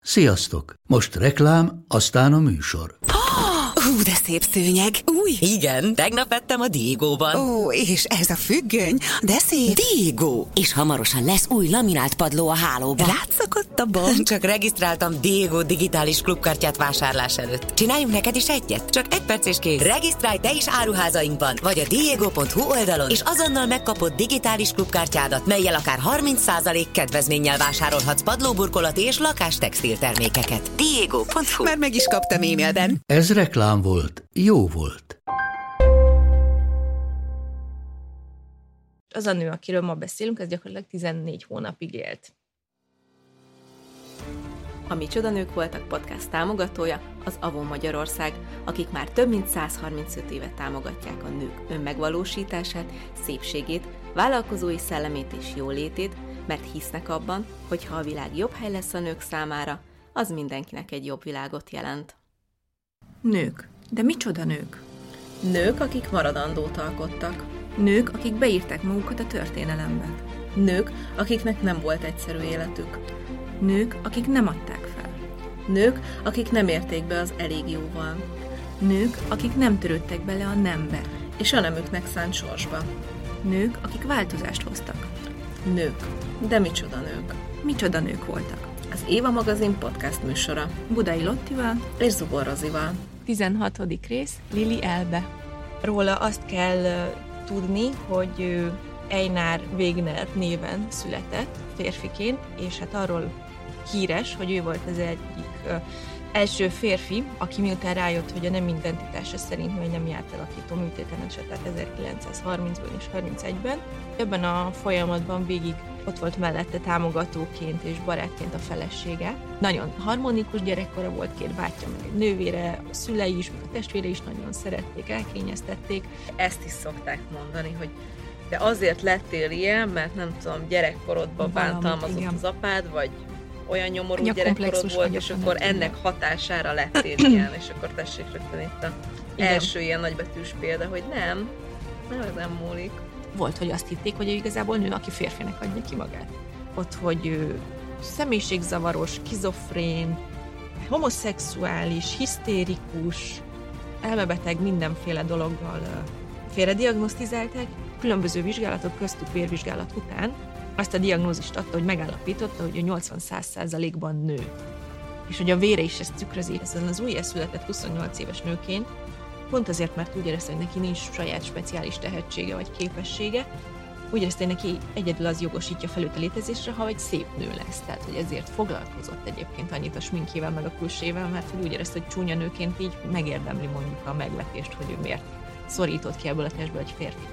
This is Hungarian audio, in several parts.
Sziasztok! Most reklám, aztán a műsor. Hú, de szép szőnyeg. Új? Igen, tegnap vettem a Diegóban. Ó, és ez a függöny, de szép. Diegó! És hamarosan lesz új laminált padló a hálóban. Rátszakadt a bank. Csak regisztráltam Diegó digitális klubkártyát vásárlás előtt. Csináljunk neked is egyet? Csak 1 perc és kész. Regisztrálj te is áruházainkban, vagy a diego.hu oldalon, és azonnal megkapod digitális klubkártyádat, mellyel akár 30% kedvezménnyel vásárolhatsz padlóburkolati és lakástextil termékeket. Diego.hu. Már meg is kaptam e-mailben. Ez reklám volt, jó volt. Az a nő, akiről ma beszélünk, ez gyakorlatilag 14 hónapig élt. A Micsoda Nők Voltak podcast támogatója az Avon Magyarország, akik már több mint 135 éve támogatják a nők önmegvalósítását, szépségét, vállalkozói szellemét és jólétét, mert hisznek abban, hogy ha a világ jobb hely lesz a nők számára, az mindenkinek egy jobb világot jelent. Nők. De micsoda nők? Nők, akik maradandót alkottak. Nők, akik beírták magukat a történelembe. Nők, akiknek nem volt egyszerű életük. Nők, akik nem adták fel. Nők, akik nem érték be az elég jóval. Nők, akik nem törődtek bele a nembe. És a nemüknek szánt sorsba. Nők, akik változást hoztak. Nők. De micsoda nők? Micsoda nők voltak? Az Éva magazin podcast műsora. Budai Lottival és Zubor Rozival. 16. rész, Lili Elbe. Róla azt kell tudni, hogy ő Einar Wegener néven született férfiként, és hát arról híres, hogy ő volt az egyik első férfi, aki miután rájött, hogy a nem identitása szerint egy nemi átalakító műtéten esett, tehát 1930-ban és 31-ben. Ebben a folyamatban végig ott volt mellette támogatóként és barátként a felesége. Nagyon harmonikus gyerekkora volt, 2 bátyja, meg egy nővére, a szülei is, meg a testvére is nagyon szerették, elkényeztették. Ezt is szokták mondani, hogy de azért lettél ilyen, mert nem tudom, gyerekkorodban bántalmazott az apád, vagy olyan nyomorú gyerekkorod volt, és akkor ennek hatására lettél ilyen, és akkor tessék rögtön itt az első ilyen nagybetűs példa, hogy nem, ez nem múlik. Volt, hogy azt hitték, hogy ő igazából nő, aki férfinek adja ki magát. Ott, hogy ő személyiségzavaros, skizofrén, homoszexuális, hisztérikus, elmebeteg, mindenféle dologgal félrediagnosztizálták. Különböző vizsgálatok köztük vérvizsgálat után azt a diagnózist adta, hogy megállapította, hogy ő 80-100%-ban nő. És hogy a vére is ezt tükrözi. Ezen az újjászületett 28 éves nőként, pont azért, mert úgy érezte, hogy neki nincs saját speciális tehetsége vagy képessége, úgy érezte, hogy neki egyedül az jogosítja fel őt a létezésre, ha egy szép nő lesz. Tehát, hogy ezért foglalkozott egyébként annyit a sminkjével, meg a külsével, mert úgy érezte, hogy csúnya nőként így megérdemli mondjuk a megvetést, hogy ő miért szorított ki ebből a testből egy férfit.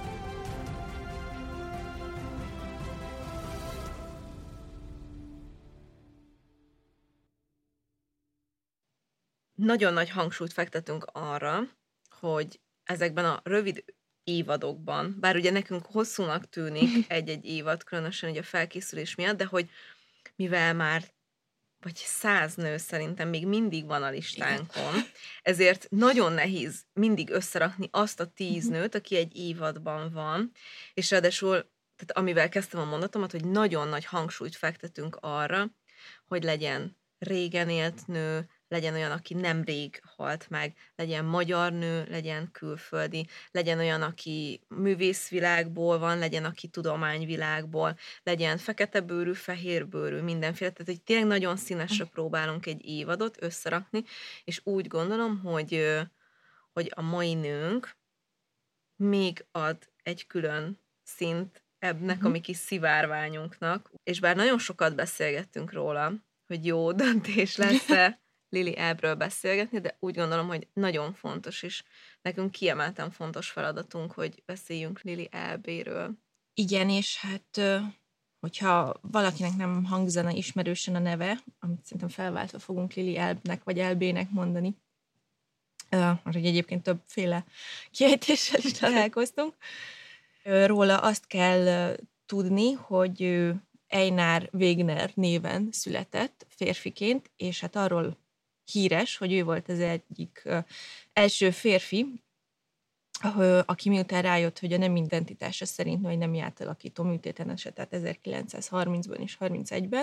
Nagyon nagy hangsúlyt fektetünk arra, hogy ezekben a rövid évadokban, bár ugye nekünk hosszúnak tűnik egy-egy évad, különösen ugye a felkészülés miatt, de hogy mivel már vagy 100 nő szerintem még mindig van a listánkon, ezért nagyon nehéz mindig összerakni azt a 10 nőt, aki egy évadban van, és ráadásul, tehát amivel kezdtem a mondatomat, hogy nagyon nagy hangsúlyt fektetünk arra, hogy legyen régen élt nő, legyen olyan, aki nemrég halt meg, legyen magyar nő, legyen külföldi, legyen olyan, aki művészvilágból van, legyen, aki tudományvilágból, legyen feketebőrű, fehérbőrű, mindenféle. Tehát, hogy tényleg nagyon színesre próbálunk egy évadot összerakni, és úgy gondolom, hogy a mai nőnk még ad egy külön szint ennek a mi kis szivárványunknak, és bár nagyon sokat beszélgettünk róla, hogy jó döntés lesz-e Lili Elbről beszélgetni, de úgy gondolom, hogy nagyon fontos, és nekünk kiemelten fontos feladatunk, hogy beszéljünk Lili Elbéről. Igen, és hát, hogyha valakinek nem hangzana ismerősen a neve, amit szerintem felváltva fogunk Lili Elbnek vagy Elbének mondani, hogy egyébként többféle kiejtéssel is találkoztunk, róla azt kell tudni, hogy ő Einar Wegener néven született férfiként, és hát arról híres, hogy ő volt az egyik első férfi, aki miután rájött, hogy a nem identitása szerint egy nemi átalakító műtéten esett, tehát 1930-ban és 31-ben.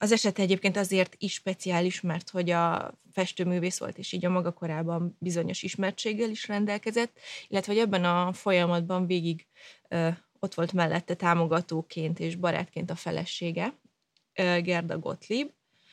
Az eset egyébként azért is speciális, mert hogy a festőművész volt, és így a maga korában bizonyos ismertséggel is rendelkezett, illetve hogy ebben a folyamatban végig ott volt mellette támogatóként és barátként a felesége, Gerda Gottlieb,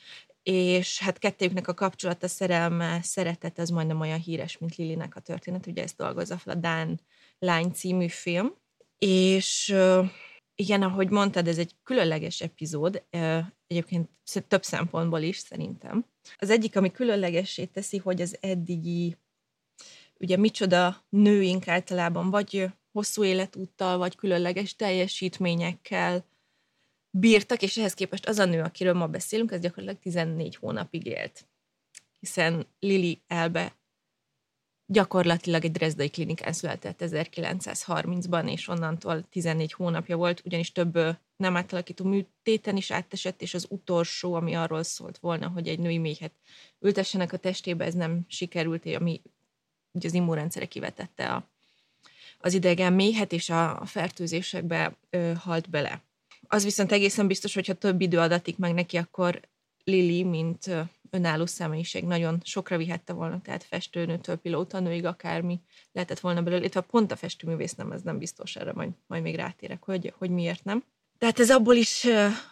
és hát kettőjüknek a kapcsolata, szerelme, szeretet, az majdnem olyan híres, mint Lilinek a történet, ugye ezt dolgozza fel a Dán lány című film, és igen, ahogy mondtad, ez egy különleges epizód, egyébként több szempontból is szerintem. Az egyik, ami különlegessé teszi, hogy az eddigi, ugye micsoda nőink általában vagy hosszú életúttal, vagy különleges teljesítményekkel bírtak, és ehhez képest az a nő, akiről ma beszélünk, ez gyakorlatilag 14 hónapig élt. Hiszen Lili Elbe gyakorlatilag egy dresdai klinikán született 1930-ban, és onnantól 14 hónapja volt, ugyanis több nem átalakító műtéten is átesett, és az utolsó, ami arról szólt volna, hogy egy női méhet ültessenek a testébe, ez nem sikerült, ami ugye az immunrendszere kivetette az idegen méhet, és a fertőzésekbe halt bele. Az viszont egészen biztos, hogyha több idő adatik meg neki, akkor Lili, mint önálló személyiség nagyon sokra vihette volna, tehát festőnőtől pilótanőig akármi lehetett volna belőle, illetve pont a festőművész nem, ez nem biztos, erre majd még rátérek, hogy miért nem. Tehát ez abból is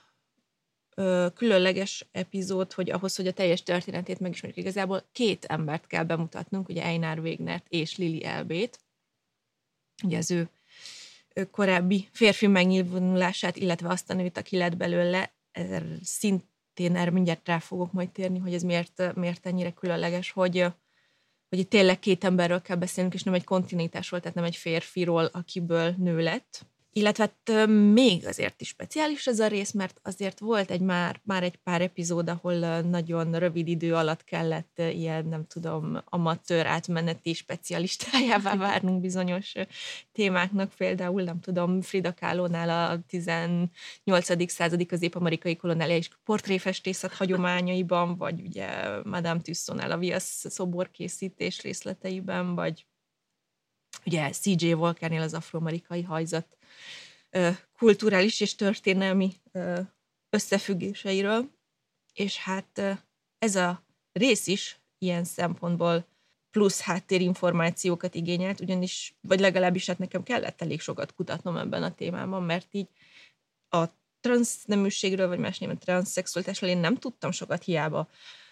különleges epizód, hogy ahhoz, hogy a teljes történetét megismerjük, igazából 2 embert kell bemutatnunk, ugye Einar Wegenert és Lili Elbét, ugye az ő korábbi férfi megnyilvánulását, illetve azt a nőt, aki lett belőle, szintén erre mindjárt rá fogok majd térni, hogy ez miért ennyire különleges, hogy itt tényleg 2 emberről kell beszélnünk, és nem egy kontinuitás volt, tehát nem egy férfiról, akiből nő lett. Illetve hát még azért is speciális ez a rész, mert azért volt már egy pár epizód, ahol nagyon rövid idő alatt kellett ilyen, nem tudom, amatőr átmeneti specialistájává várnunk bizonyos témáknak, például, nem tudom, Frida Kahlo-nál a 18. századi közép-amerikai kolóniális és portréfestészet hagyományaiban, vagy ugye Madame Tussauds-nál a viasz szoborkészítés részleteiben, vagy ugye C.J. Walkernél az afroamerikai hajzat kulturális és történelmi összefüggéseiről, és hát ez a rész is ilyen szempontból plusz háttérinformációkat igényelt, ugyanis, vagy legalábbis hát nekem kellett elég sokat kutatnom ebben a témában, mert így a transzneműségről, vagy más néven transzszexualitásról én nem tudtam sokat, hiába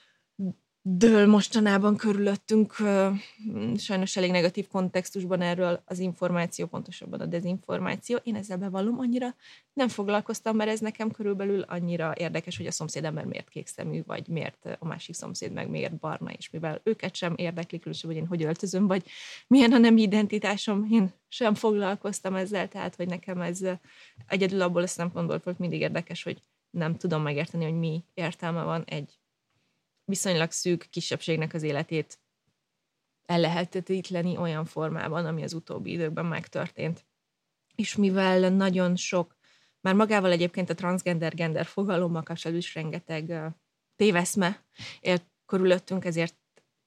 dől mostanában körülöttünk sajnos elég negatív kontextusban erről az információ, pontosabban a dezinformáció. Én ezzel bevallom, annyira nem foglalkoztam, mert ez nekem körülbelül annyira érdekes, hogy a szomszédember miért kékszemű, vagy miért a másik szomszéd meg miért barna, és mivel őket sem érdekli, különösen, hogy én hogy öltözöm, vagy milyen a nemi identitásom, én sem foglalkoztam ezzel, tehát hogy nekem ez egyedül abból a szempontból volt mindig érdekes, hogy nem tudom megérteni, hogy mi értelme van egy viszonylag szűk kisebbségnek az életét ellehetetleníteni olyan formában, ami az utóbbi időkben megtörtént. És mivel nagyon sok, már magával egyébként a transgender-gender fogalommal kapcsolatban is rengeteg téveszme él körülöttünk, ezért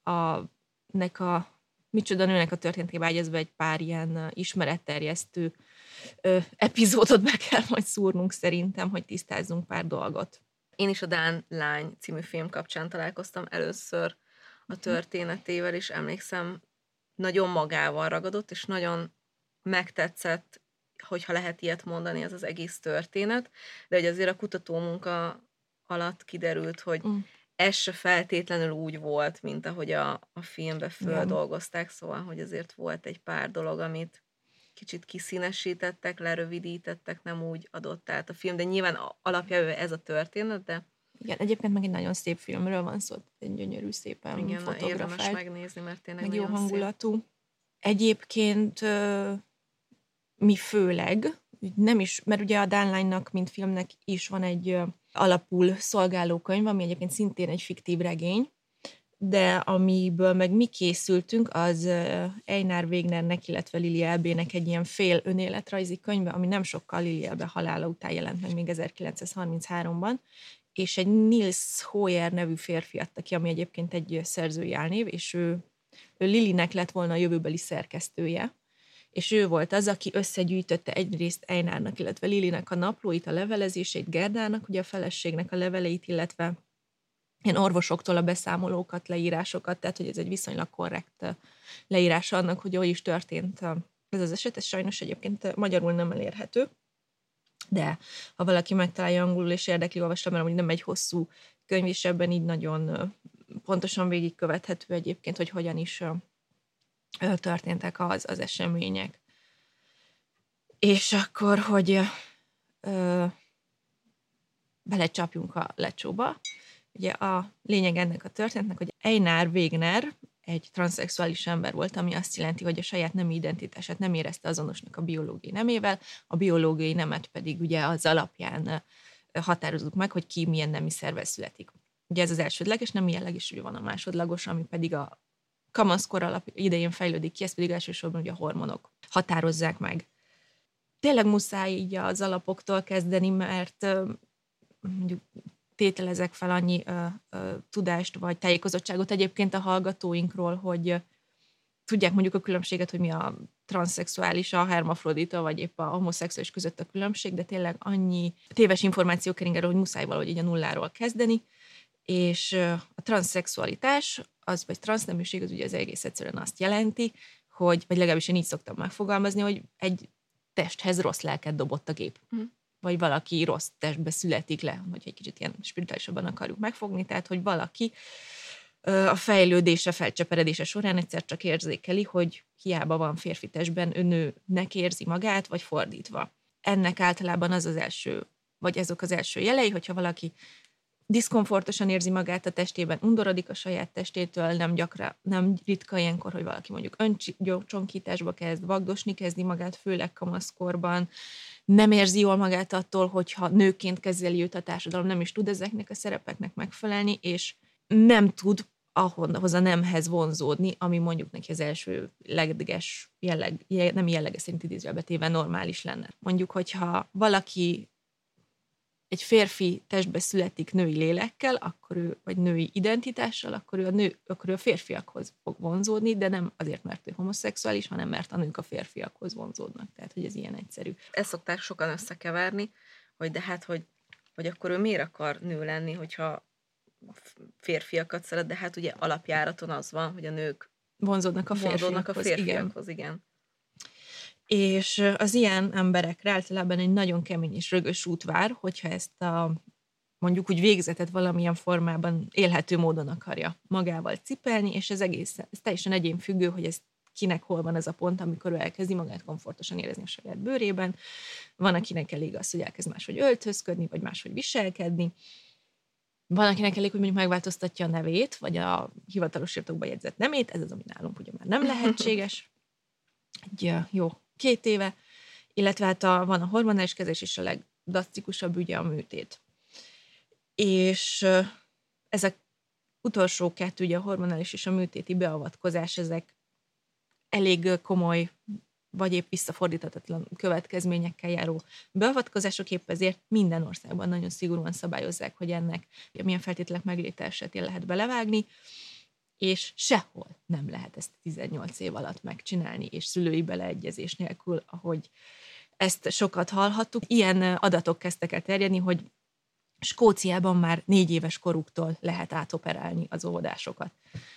micsoda nőnek a történetébe ágyazva egy pár ilyen ismeretterjesztő epizódot be kell majd szúrnunk szerintem, hogy tisztázzunk pár dolgot. Én is a Dán lány című film kapcsán találkoztam először a történetével, és emlékszem, nagyon magával ragadott, és nagyon megtetszett, hogyha lehet ilyet mondani, ez az egész történet, de hogy azért a kutatómunka alatt kiderült, hogy ez se feltétlenül úgy volt, mint ahogy a filmbe földolgozták, szóval, hogy azért volt egy pár dolog, amit kicsit kiszínesítettek, lerövidítettek, nem úgy adott át a film, de nyilván alapja ez a történet, de... Igen, egyébként meg egy nagyon szép filmről van szó, egy gyönyörű, szépen fotografált. Érdemes megnézni, mert tényleg meg jó hangulatú. Szép. Egyébként mi főleg, nem is, mert ugye a Dán lánynak, mint filmnek is van egy alapul szolgáló könyv, ami egyébként szintén egy fiktív regény, de amiből meg mi készültünk, az Einar Wegenernek, illetve Lili Elbének egy ilyen fél önéletrajzi könyve, ami nem sokkal Lili Elbe halála után jelent meg még 1933-ban, és egy Nils Hoyer nevű férfi adta ki, ami egyébként egy szerzői álnév, és ő Lilinek lett volna a jövőbeli szerkesztője, és ő volt az, aki összegyűjtötte egyrészt Einárnak, illetve Lilinek a naplóit, a levelezését, Gerdának, ugye a feleségnek a leveleit, illetve ilyen orvosoktól a beszámolókat, leírásokat, tehát hogy ez egy viszonylag korrekt leírása annak, hogy is történt ez az eset. Ez sajnos egyébként magyarul nem elérhető, de ha valaki megtalálja angolul és érdekli, olvassa, mert nem egy hosszú könyv, és ebben így nagyon pontosan végigkövethető egyébként, hogy hogyan is történtek az események. És akkor, hogy belecsapjunk a lecsóba. Ugye a lényeg ennek a történetnek, hogy Einar Wegener egy transzexuális ember volt, ami azt jelenti, hogy a saját nemi identitását nem érezte azonosnak a biológiai nemével, a biológiai nemet pedig ugye az alapján határozzuk meg, hogy ki milyen nemi szervvel születik. Ugye ez az elsődleges nemi jelleg, és ugye van a másodlagos, ami pedig a kamaszkor idején fejlődik ki, ez pedig elsősorban ugye a hormonok határozzák meg. Tényleg muszáj így az alapoktól kezdeni, mert mondjuk tételezek fel annyi tudást vagy tájékozottságot egyébként a hallgatóinkról, hogy tudják mondjuk a különbséget, hogy mi a transzexuális, a hermafrodita, vagy épp a homoszexuális között a különbség, de tényleg annyi téves információ kering erről, hogy muszáj valahogy így a nulláról kezdeni, és a transzexualitás, az, vagy transzneműség, az ugye az egész egyszerűen azt jelenti, hogy, vagy legalábbis én így szoktam megfogalmazni, hogy egy testhez rossz lelket dobott a gép. Vagy valaki rossz testbe születik le, hogy egy kicsit ilyen spirituálisabban akarjuk megfogni, tehát, hogy valaki a fejlődése, felcseperedése során egyszer csak érzékeli, hogy hiába van férfi testben, ő nőnek érzi magát, vagy fordítva. Ennek általában az első, vagy ezek az első jelei, hogyha valaki diszkomfortosan érzi magát a testében, undorodik a saját testétől, nem ritka ilyenkor, hogy valaki mondjuk öncsonkításba kezd, vagdosni kezdi magát, főleg kamaszkorban, nem érzi jól magát attól, hogyha nőként kezeli őt a társadalom, nem is tud ezeknek a szerepeknek megfelelni, és nem tud ahhoz a nemhez vonzódni, ami mondjuk neki az első legleges nem jelleges szerint idézőjelbe téve normális lenne. Mondjuk, hogyha valaki egy férfi testbe születik női lélekkel, akkor ő, vagy női identitással, akkor ő a férfiakhoz fog vonzódni, de nem azért, mert ő homoszexuális, hanem mert a nők a férfiakhoz vonzódnak. Tehát, hogy ez ilyen egyszerű. Ezt szokták sokan összekeverni, hogy de hát, hogy akkor ő miért akar nő lenni, hogyha férfiakat szeret, de hát ugye alapjáraton az van, hogy a nők vonzódnak a férfiakhoz. Igen. És az ilyen emberekre általában egy nagyon kemény és rögös út vár, hogyha ezt a mondjuk úgy végzetet valamilyen formában élhető módon akarja magával cipelni, és ez teljesen egyénfüggő, hogy ez kinek hol van ez a pont, amikor ő elkezdi magát komfortosan érezni a saját bőrében. Van, akinek elég az, hogy elkezd máshogy öltözködni, vagy máshogy viselkedni. Van, akinek elég, hogy mondjuk megváltoztatja a nevét, vagy a hivatalos irtokba jegyzett nemét, ez az, ami nálunk ugye már nem lehetséges. Egy jó 2 éve, illetve hát van a hormonális kezelés, és a legdrasztikusabb ugye a műtét. És ezek utolsó 2, ugye a hormonális és a műtéti beavatkozás, ezek elég komoly, vagy épp visszafordíthatatlan következményekkel járó beavatkozások, épp ezért minden országban nagyon szigorúan szabályozzák, hogy ennek milyen feltételek megléte esetén lehet belevágni, és sehol nem lehet ezt 18 év alatt megcsinálni, és szülői beleegyezés nélkül, ahogy ezt sokat hallhattuk. Ilyen adatok kezdtek el terjedni, hogy Skóciában már 4 éves koruktól lehet átoperálni az óvodásokat.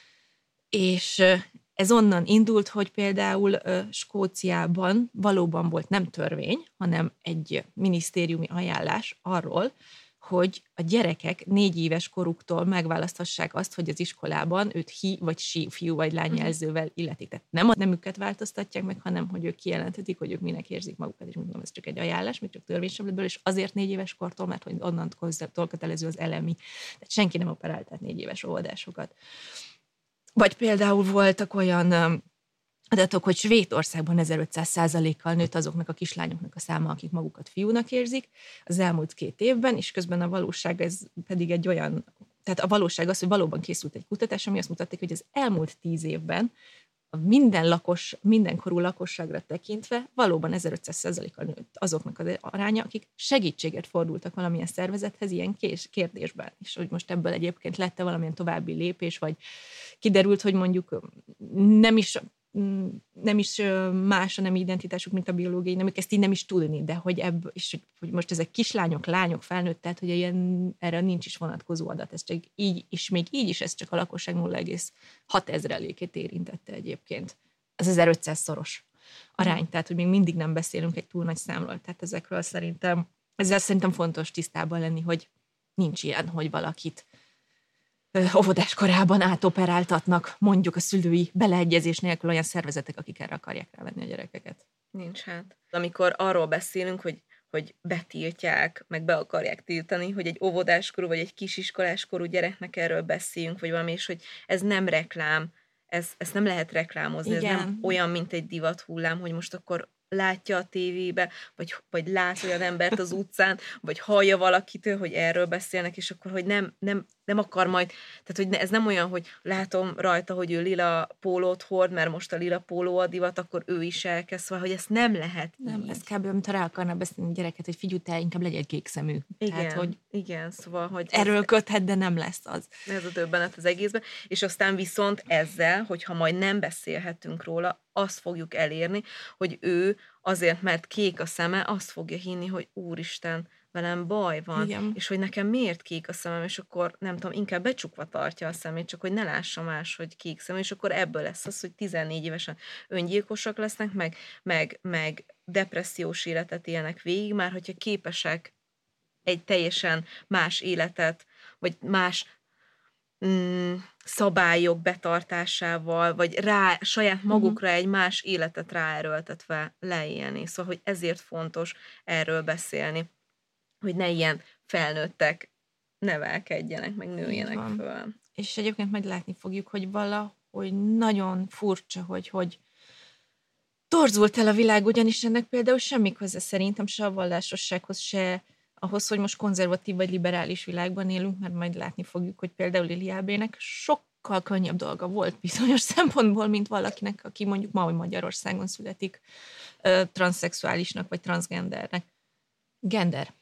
És ez onnan indult, hogy például Skóciában valóban volt nem törvény, hanem egy minisztériumi ajánlás arról, hogy a gyerekek 4 éves koruktól megválaszthassák azt, hogy az iskolában őt vagy fiú vagy lány jelzővel illetik. Tehát nem a nemüket változtatják meg, hanem hogy ők kijelenthetik, hogy ők minek érzik magukat, és mondom, ez csak egy ajánlás, még csak törvény sem lett belőle, és azért 4 éves kortól, mert hogy onnantól kötelező az elemi. Tehát senki nem operált, tehát 4 éves óvodásokat. Vagy például voltak olyan adatok, hogy Svédországban 1500%-kal nőtt azoknak a kislányoknak a száma, akik magukat fiúnak érzik az elmúlt 2 évben, és közben a valóság ez pedig egy olyan, tehát a valóság az, hogy valóban készült egy kutatás, ami azt mutatta, hogy az elmúlt 10 évben a mindenkorú lakosságra tekintve valóban 1500%-kal nőtt azoknak az aránya, akik segítséget fordultak valamilyen szervezethez ilyen kérdésben. És hogy most ebből egyébként lett-e valamilyen további lépés, vagy kiderült, hogy mondjuk nem is nem is más a nemi identitásuk, mint a biológiai nemük, ezt így nem is tudni, de hogy ebből, és hogy most ezek kislányok, lányok, felnőtt, tehát hogy ilyen, erre nincs is vonatkozó adat, ez csak így, és még így is ez csak a lakosság 0,6% érintette egyébként. Ez 1500-szoros arány, tehát hogy még mindig nem beszélünk egy túl nagy számról, tehát ezzel szerintem fontos tisztában lenni, hogy nincs ilyen, hogy valakit óvodás korában átoperáltatnak, mondjuk a szülői beleegyezés nélkül olyan szervezetek, akik erre akarják rávenni a gyerekeket. Nincs hát. Amikor arról beszélünk, hogy betiltják, meg be akarják tiltani, hogy egy óvodáskorú vagy egy kisiskoláskorú gyereknek erről beszéljünk, vagy valami, és hogy ez nem reklám, ezt nem lehet reklámozni, Igen. Ez nem olyan, mint egy divat hullám, hogy most akkor látja a tévébe, vagy lát olyan embert az utcán, vagy hallja valakitől, hogy erről beszélnek, és akkor, hogy nem akar majd, tehát hogy ez nem olyan, hogy látom rajta, hogy ő lila pólót hord, mert most a lila póló a divat, akkor ő is elkezd, szóval, hogy ezt nem lehet Nem, így. ez kb. Mint ha rá akarna beszélni a gyereket, hogy figyelj, te inkább legyél kékszemű. Igen, Tehát, hogy igen, szóval, hogy erről köthet, de nem lesz az. ez a döbbenet az egészben, és aztán viszont ezzel, hogyha majd nem beszélhetünk róla, azt fogjuk elérni, hogy ő azért, mert kék a szeme, azt fogja hinni, hogy úristen, velem baj van, Igen. és hogy nekem miért kék a szemem, és akkor nem tudom, inkább becsukva tartja a szemét, csak hogy ne lássa más, hogy kék szemem, és akkor ebből lesz az, hogy 14 évesen öngyilkosak lesznek, meg depressziós életet élnek végig, már hogyha képesek egy teljesen más életet, vagy más szabályok betartásával, vagy saját magukra egy más életet ráerőltetve leélni. Szóval, hogy ezért fontos erről beszélni, hogy ne ilyen felnőttek nevelkedjenek, meg nőjenek föl. És egyébként majd látni fogjuk, hogy valahogy nagyon furcsa, hogy torzult el a világ, ugyanis ennek például semmi köze szerintem se a vallásossághoz, se ahhoz, hogy most konzervatív vagy liberális világban élünk, mert majd látni fogjuk, hogy például Iliábének sokkal könnyebb dolga volt bizonyos szempontból, mint valakinek, aki mondjuk ma, hogy Magyarországon születik transzszexuálisnak vagy transgendernek. Gender.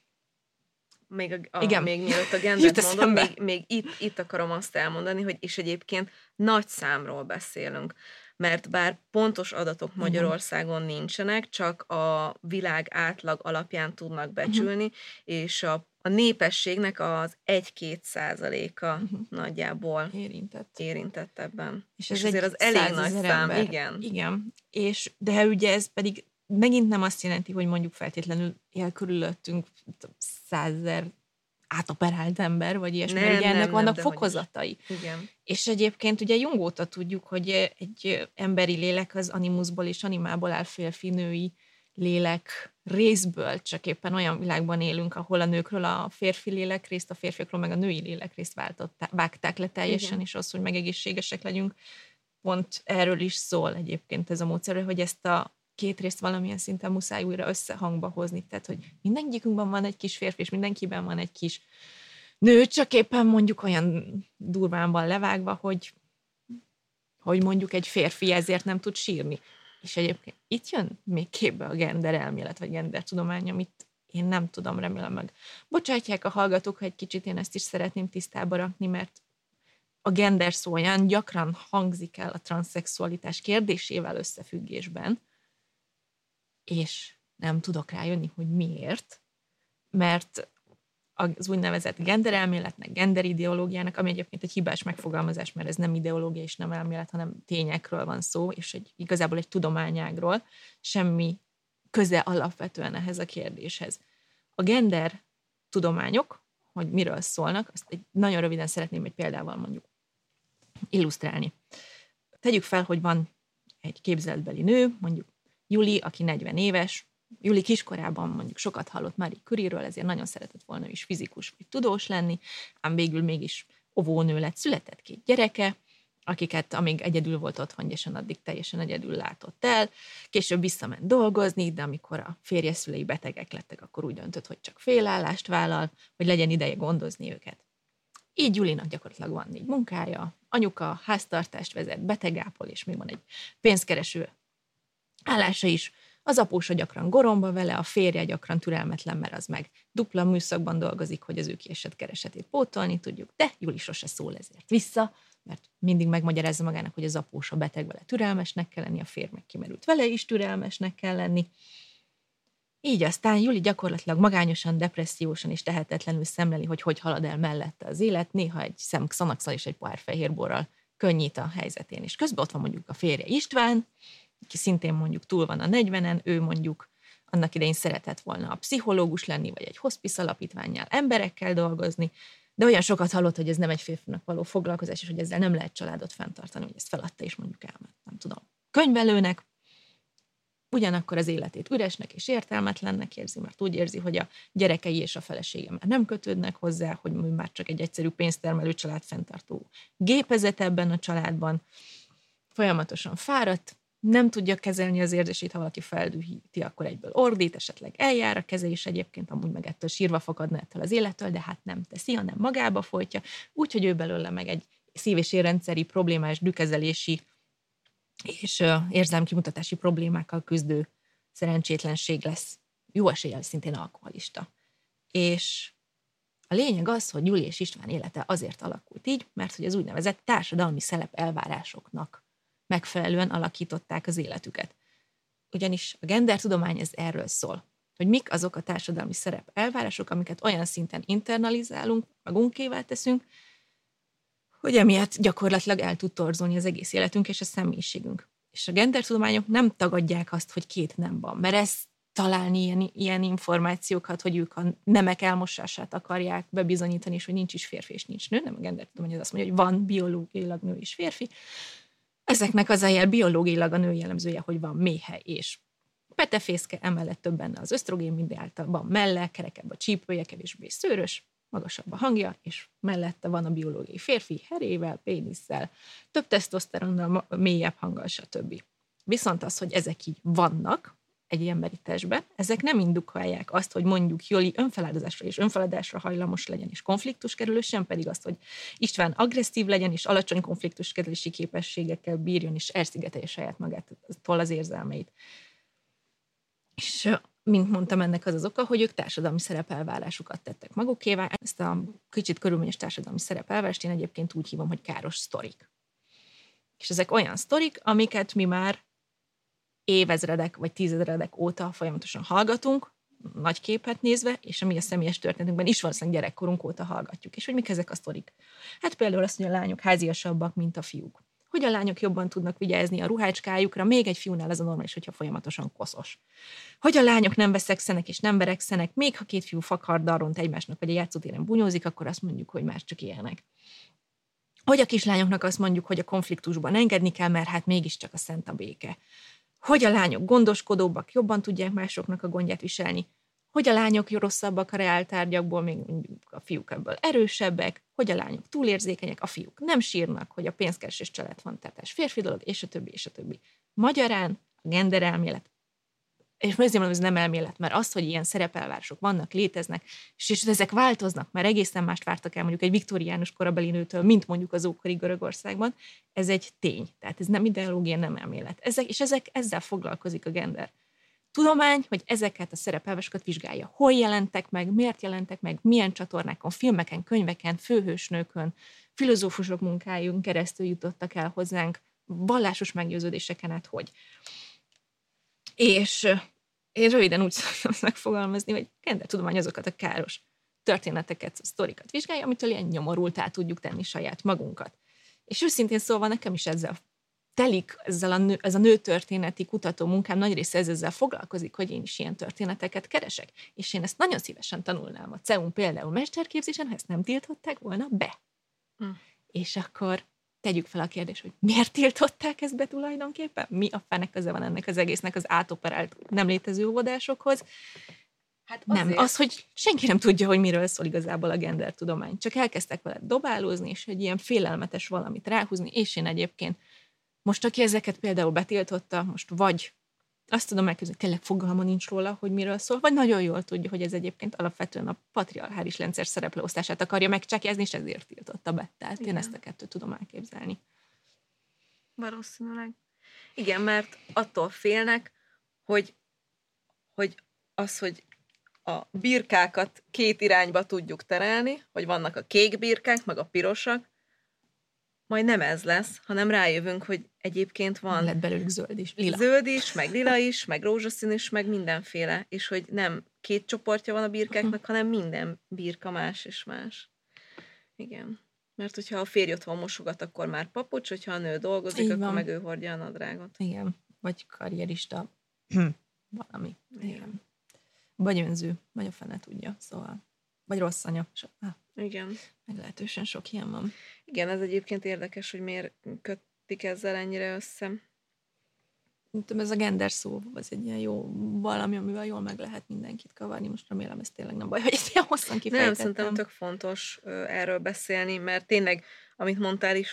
Igen. Még mielőtt a gendert mondom, még itt akarom azt elmondani, hogy és egyébként nagy számról beszélünk, mert bár pontos adatok Magyarországon nincsenek, csak a világ átlag alapján tudnak becsülni, és a népességnek az 1-2% nagyjából érintett ebben. És ez azért az elég nagy szám. Igen. De ugye ez pedig megint nem azt jelenti, hogy mondjuk feltétlenül él körülöttünk 100 000 átoperált ember, vagy ilyesmi, ugye ennek vannak fokozatai. Igen. És egyébként ugye Jung óta tudjuk, hogy egy emberi lélek az animuszból és animából áll, férfi-női lélek részből, csak éppen olyan világban élünk, ahol a nőkről a férfi lélekrészt, a férfiakról meg a női lélekrészt vágták le teljesen, igen. És az, hogy megegészségesek legyünk, pont erről is szól egyébként ez a módszer, hogy ezt a két részt valamilyen szinten muszáj újra összehangba hozni. Tehát, hogy mindegyikünkben van egy kis férfi, és mindenkiben van egy kis nő, csak éppen mondjuk olyan durván van levágva, hogy mondjuk egy férfi ezért nem tud sírni. És egyébként itt jön még képbe a gender elmélet, vagy gender tudomány, amit én nem tudom, remélem meg. Bocsátják a hallgatók, ha egy kicsit én ezt is szeretném tisztába rakni, mert a gender szó olyan gyakran hangzik el a transzszexualitás kérdésével összefüggésben, és nem tudok rájönni, hogy miért, mert az úgynevezett genderelméletnek, genderideológiának, ami egyébként egy hibás megfogalmazás, mert ez nem ideológia és nem elmélet, hanem tényekről van szó, és igazából egy tudományágról, semmi köze alapvetően ehhez a kérdéshez. A gender tudományok, hogy miről szólnak, azt nagyon röviden szeretném egy példával mondjuk illusztrálni. Tegyük fel, hogy van egy képzeletbeli nő, mondjuk Juli, aki 40 éves, Juli kiskorában mondjuk sokat hallott Marie Curie-ről, ezért nagyon szeretett volna is fizikus vagy tudós lenni, ám végül mégis óvónő lett, született 2 gyereke, akiket amíg egyedül volt otthon, és addig teljesen egyedül látott el. Később visszament dolgozni, de amikor a férje szülei betegek lettek, akkor úgy döntött, hogy csak félállást vállal, hogy legyen ideje gondozni őket. Így Julinak gyakorlatilag van 4 munkája, anyuka háztartást vezet, betegápol, és még van egy pénzkereső állása is. Az apósa gyakran goromba vele, a férje gyakran türelmetlen, mert az meg dupla műszakban dolgozik, hogy az ő kiesett keresetét pótolni tudjuk, de Juli sose szól ezért vissza, mert mindig megmagyarázza magának, hogy az após a beteg vele türelmesnek kell lenni, a férj meg kimerült vele is türelmesnek kell lenni. Így aztán Juli gyakorlatilag magányosan, depressziósan és tehetetlenül szemleli, hogy halad el mellette az élet, néha egy szem Xanaxal és egy pohár fehérborral könnyít a helyzetén. És közben ott van mondjuk a férje István, aki szintén mondjuk túl van a 40-en, ő mondjuk annak idején szeretett volna a pszichológus lenni, vagy egy hospice alapítvánnyal emberekkel dolgozni, de olyan sokat hallott, hogy ez nem egy férfinak való foglalkozás, és hogy ezzel nem lehet családot fenntartani, hogy ezt feladta, és mondjuk elment, nem tudom, könyvelőnek. Ugyanakkor az életét üresnek és értelmetlennek érzi, mert úgy érzi, hogy a gyerekei és a felesége már nem kötődnek hozzá, hogy már csak egy egyszerű pénztermelő család fenntartó gépezet ebben a családban. Folyamatosan fáradt, nem tudja kezelni az érzését, ha valaki feldühíti, akkor egyből ordít, esetleg eljár a keze, és egyébként amúgy meg ettől sírva fakadna ettől az élettől, de hát nem teszi, hanem magába folytja, úgyhogy ő belőle meg egy szív- és érrendszeri problémás dűkezelési és érzelmkimutatási problémákkal küzdő szerencsétlenség lesz. Jó eséllyel szintén alkoholista. És a lényeg az, hogy Juli és István élete azért alakult így, mert hogy az úgynevezett társadalmi szerep elvárásoknak megfelelően alakították az életüket. Ugyanis a gendertudomány ez erről szól, hogy mik azok a társadalmi szerep elvárások, amiket olyan szinten internalizálunk, magunkévá teszünk, hogy emiatt gyakorlatilag el tud torzulni az egész életünk és a személyiségünk. És a gendertudományok nem tagadják azt, hogy két nem van, mert ez találni ilyen információkat, hogy ők a nemek elmosását akarják bebizonyítani, és hogy nincs is férfi és nincs nő, nem a gendertudomány az azt mondja, hogy van biológiailag nő és férfi. Ezeknek az a biológiailag a nő jellemzője, hogy van méhe és petefészke, emellett több benne az ösztrogén, mindáltal van melle, kerekebb a csípője, kevésbé szőrös, magasabb a hangja, és mellette van a biológiai férfi herével, pénisszel, több tesztoszteronnal, mélyebb hanggal, stb. Viszont az, hogy ezek így vannak egy emberi testben, ezek nem indokolják azt, hogy mondjuk Joli önfeláldozásra és önfeladásra hajlamos legyen és konfliktuskerülő, sem pedig azt, hogy István agresszív legyen és alacsony konfliktuskezelési képességekkel bírjon és elszigetelje saját magától az érzelmeit. És mint mondtam, ennek az az oka, hogy ők társadalmi szerepelvárásokat tettek magukévá. Ezt a kicsit körülményes társadalmi szerepelvárást én egyébként úgy hívom, hogy káros sztorik. És ezek olyan sztorik, amiket mi már évezredek vagy tízezredek óta folyamatosan hallgatunk, nagy képet nézve, és ami a személyes történetünkben is valószínűleg gyerekkorunk óta hallgatjuk. És hogy mik ezek a sztorik? Hát például azt, hogy a lányok háziasabbak, mint a fiúk. Hogy a lányok jobban tudnak vigyázni a ruhácskájukra, még egy fiúnál ez a normális, hogyha folyamatosan koszos. Hogy a lányok nem veszekszenek és nem verekszenek, még ha két fiú fakarddal ront egymásnak, vagy a játszótéren bunyózik, akkor azt mondjuk, hogy már csak ilyenek. Hogy a kislányoknak azt mondjuk, hogy a konfliktusban engedni kell, mert hát mégiscsak a szent a béke. Hogy a lányok gondoskodóbbak, jobban tudják másoknak a gondját viselni. Hogy a lányok rosszabbak a reáltárgyakból, még a fiúk ebből erősebbek, hogy a lányok túlérzékenyek, a fiúk nem sírnak, hogy a pénzkeresés családfenntartás férfi dolog, és a többi, és a többi. Magyarán a genderelmélet, és ezért mondom, ez nem elmélet, mert az, hogy ilyen szerepelvárások vannak, léteznek, és ezek változnak, mert egészen mást vártak el mondjuk egy viktóriánus korabeli nőtől, mint mondjuk az ókori Görögországban, ez egy tény. Tehát ez nem ideológia, nem elmélet. Ezzel foglalkozik a gender tudomány, hogy ezeket a szerepelvárásokat vizsgálja. Hol jelentek meg, miért jelentek meg, milyen csatornákon, filmeken, könyveken, főhősnőkön, filozófusok munkájunk keresztül jutottak el hozzánk, vallásos meggyőződéseken át, hogy. És én röviden úgy szoktam megfogalmazni, hogy gendertudomány azokat a káros történeteket, sztorikat vizsgálja, amitől ilyen nyomorultá tudjuk tenni saját magunkat. És őszintén szólva nekem is ezzel telik, ez a nőtörténeti kutató munkám nagy része ezzel foglalkozik, hogy én is ilyen történeteket keresek. És én ezt nagyon szívesen tanulnám a CEUN például mesterképzésen, ha ezt nem tiltották volna be. És akkor tegyük fel a kérdést, hogy miért tiltották ezt be tulajdonképpen? Mi a fenek köze van ennek az egésznek az átoperált nem létező óvodásokhoz? Hát nem, az, hogy senki nem tudja, hogy miről szól igazából a gendertudomány. Csak elkezdtek vele dobálózni, és egy ilyen félelmetes valamit ráhúzni, és én egyébként most, aki ezeket például betiltotta, most vagy azt tudom elképzelni, hogy tényleg fogalma nincs róla, hogy miről szól, vagy nagyon jól tudja, hogy ez egyébként alapvetően a patriarchális rendszer szereplőosztását akarja megcsákjázni, és ezért tiltotta be. Tehát igen. Én ezt a kettőt tudom elképzelni. Valószínűleg. Igen, mert attól félnek, hogy a birkákat két irányba tudjuk terelni, hogy vannak a kék birkák, meg a pirosak, majd nem ez lesz, hanem rájövünk, hogy egyébként van Lett belőlük zöld is, lila. zöld is, meg lila is, meg rózsaszín is, meg mindenféle, és hogy nem 2 csoportja van a birkáknak, hanem minden birka más és más. Igen. Mert hogyha a férj otthon mosogat, akkor már papucs, hogyha a nő dolgozik, Így akkor van. meg ő hordja a nadrágot. Igen, vagy karrierista, valami. Igen. Vagy önző, vagy a fene tudja, szóval. Vagy rossz anya. Igen. Meglehetősen sok ilyen van. Igen, ez egyébként érdekes, hogy miért kötik ezzel ennyire össze. Tudom, ez a gender szó, az egy ilyen jó valami, amivel jól meg lehet mindenkit kavarni. Most remélem, ez tényleg nem baj, hogy ezt ilyen hosszan kifejtettem. Nem, szerintem tök fontos erről beszélni, mert tényleg, amit mondtál is,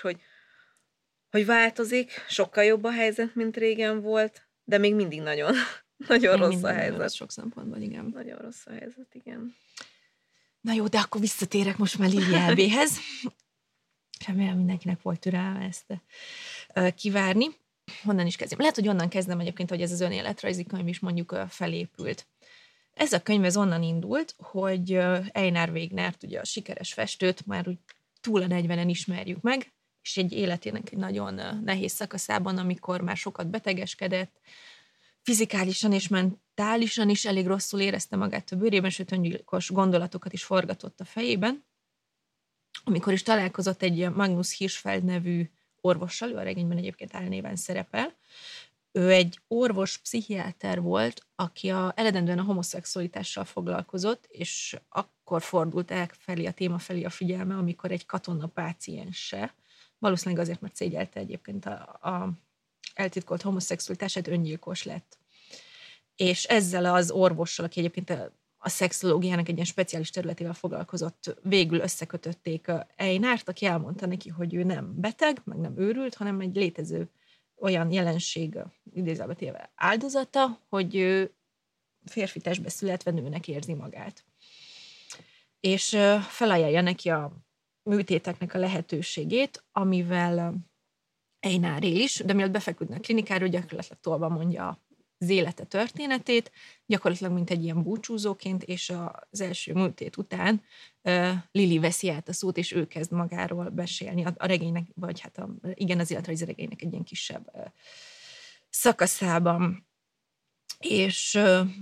hogy változik, sokkal jobb a helyzet, mint régen volt, de még mindig nagyon, nagyon rossz a helyzet. Rossz sok szempontból, igen. Nagyon rossz a helyzet, igen. Na jó, de akkor visszatérek most már Lili Elbéhez. Remélem mindenkinek volt türelme ezt kivárni. Honnan is kezdjem? Lehet, hogy onnan kezdem egyébként, hogy ez az önéletrajzi könyv is mondjuk felépült. Ez a könyv az onnan indult, hogy Einar Wegenert, ugye a sikeres festőt már úgy túl a 40-en ismerjük meg, és egy életének egy nagyon nehéz szakaszában, amikor már sokat betegeskedett, fizikálisan és mentálisan is elég rosszul érezte magát a bőrében, sőt öngyilkos gondolatokat is forgatott a fejében, amikor is találkozott egy Magnus Hirschfeld nevű orvossal, ő a regényben egyébként álnéven szerepel. Ő egy orvos-pszichiáter volt, aki eredendően a homoszexualitással foglalkozott, és akkor fordult el felé a téma felé a figyelme, amikor egy katona páciense, valószínűleg azért, mert szégyelte egyébként a eltitkolt homoszexualitását, öngyilkos lett. És ezzel az orvossal, aki egyébként a szexológiának egy ilyen speciális területével foglalkozott, végül összekötötték Einart, aki elmondta neki, hogy ő nem beteg, meg nem őrült, hanem egy létező olyan jelenség, idézőjelbe téve áldozata, hogy ő férfi testbe születve nőnek érzi magát. És felajánlja neki a műtéteknek a lehetőségét, amivel Einar él is, de mielőtt befeküdne a klinikáról, gyakorlatilag tolva mondja az élete történetét, gyakorlatilag mint egy ilyen búcsúzóként, és az első műtét után Lili veszi át a szót, és ő kezd magáról beszélni a regénynek, vagy hát igen, az életrajzi regénynek egy ilyen kisebb szakaszában. És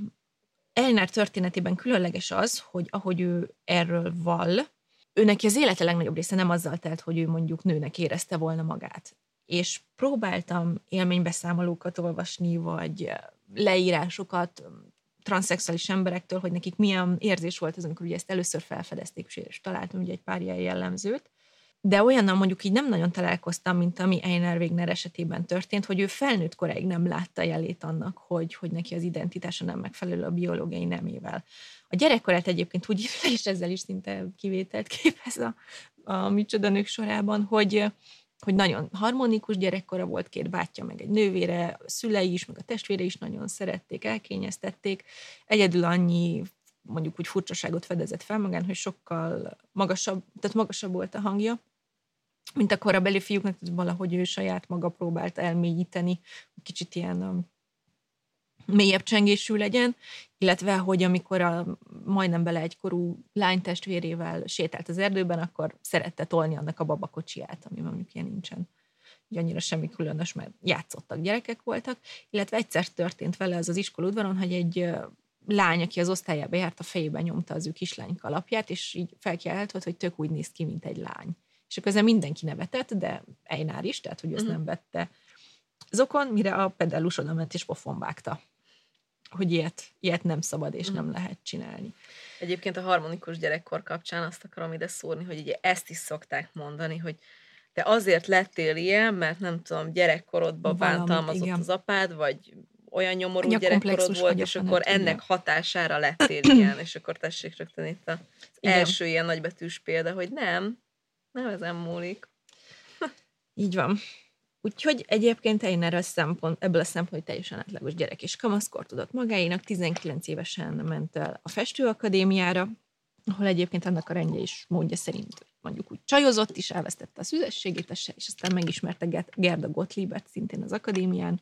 Einar történetében különleges az, hogy ahogy ő erről vall, ő neki az élete legnagyobb része nem azzal telt, hogy ő mondjuk nőnek érezte volna magát. És próbáltam élménybeszámolókat olvasni, vagy leírásokat transzszexuális emberektől, hogy nekik milyen érzés volt az, amikor ugye ezt először felfedezték, és találtam ugye egy pár ilyen jellemzőt. De olyannal mondjuk így nem nagyon találkoztam, mint ami Einar Wegener esetében történt, hogy ő felnőtt koráig nem látta jelét annak, hogy neki az identitása nem megfelelő a biológiai nemével. A gyerekkorát egyébként úgy írta, és ezzel is szinte kivételt képez a Micsoda nők sorában, hogy nagyon harmonikus gyerekkora volt, 2 bátyja, meg egy nővére, a szülei is, meg a testvére is nagyon szerették, elkényeztették. Egyedül annyi, mondjuk úgy furcsaságot fedezett fel magán, hogy sokkal magasabb volt a hangja, mint a korabeli fiúknak, valahogy ő saját maga próbált elmélyíteni, kicsit ilyen mélyebb csengésű legyen, illetve, hogy amikor majdnem bele egykorú lánytestvérével sétált az erdőben, akkor szerette tolni annak a babakocsiját, ami mondjuk ilyen nincsen annyira semmi különös, mert játszottak, gyerekek voltak, illetve egyszer történt vele az iskola udvaron, hogy egy lány, aki az osztályába járt, a fejében nyomta az ő kislány kalapját, és így felkiáltott, hogy tök úgy néz ki, mint egy lány. És akkor ezzel mindenki nevetett, de Einar is, tehát hogy ezt nem vette zokon, mire a pedellus oda ment és pofon vágta, hogy ilyet nem szabad és nem lehet csinálni. Egyébként a harmonikus gyerekkor kapcsán azt akarom ide szúrni, hogy ugye ezt is szokták mondani, hogy te azért lettél ilyen, mert nem tudom, gyerekkorodban bántalmazott az apád, vagy olyan nyomorú gyerekkorod volt, és akkor ennek hatására lettél ilyen, és akkor tessék rögtön itt az első ilyen nagybetűs példa, hogy nem ezen múlik. Így van. Úgyhogy egyébként Einar ebből a szempontból teljesen átlagos gyerek és kamaszkor tudott magáénak, 19 évesen ment el a festőakadémiára, ahol egyébként annak a rendje is módja szerint mondjuk úgy csajozott is, elvesztette a szüzességét, és aztán megismerte Gerda Gottliebet szintén az akadémián,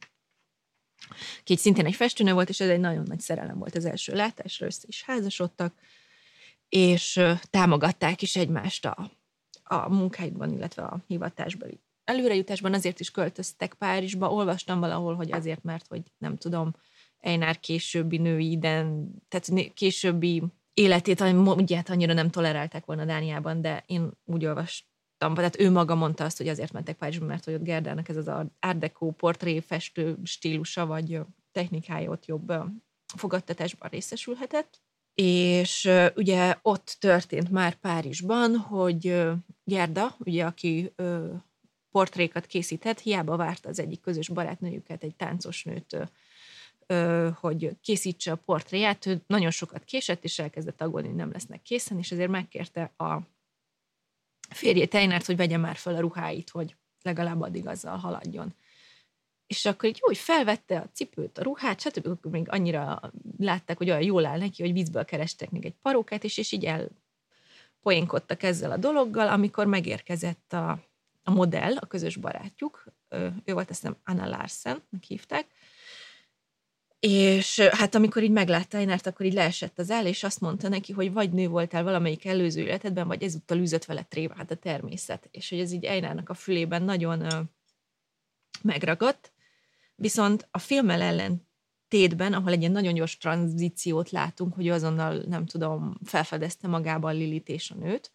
ki szintén egy festőnő volt, és ez egy nagyon nagy szerelem volt az első látásra, össze is házasodtak, és támogatták is egymást a munkájukban, illetve a hivatásbeli előrejutásban azért is költöztek Párizsba. Olvastam valahol, hogy azért, mert hogy nem tudom, Einar későbbi női, tehát későbbi életét ugye annyira nem tolerálták volna Dániában, de én úgy olvastam, tehát ő maga mondta azt, hogy azért mentek Párizsba, mert hogy ott Gerdának ez az Art Deco portréfestő stílusa, vagy technikája ott jobb fogadtatásban részesülhetett. És ugye ott történt már Párizsban, hogy Gerda, ugye aki portrékat készített, hiába várta az egyik közös barátnőjüket, egy táncosnőt, hogy készítse a portréját, ő nagyon sokat késett, és elkezdett aggódni, hogy nem lesznek készen, és ezért megkérte a férjét, Einart, hogy vegye már fel a ruháit, hogy legalább addig azzal haladjon. És akkor így jó, hogy felvette a cipőt, a ruhát, stb. Akkor még annyira látták, hogy olyan jól áll neki, hogy vízből kerestek még egy parókát, és így elpoénkodtak ezzel a dologgal, amikor megérkezett a modell, a közös barátjuk, ő volt, azt hiszem Anna Larsennek hívták, és hát amikor így meglátta Einart, akkor így leesett az áll, és azt mondta neki, hogy vagy nő voltál valamelyik előző életedben, vagy ezúttal űzött vele tréfa, hát a természet. És hogy ez így Einarnak a fülében nagyon megragadt, viszont a filmmel ellentétben, ahol egy ilyen nagyon gyors tranzíciót látunk, hogy azonnal, nem tudom, felfedezte magában Lilit és a nőt,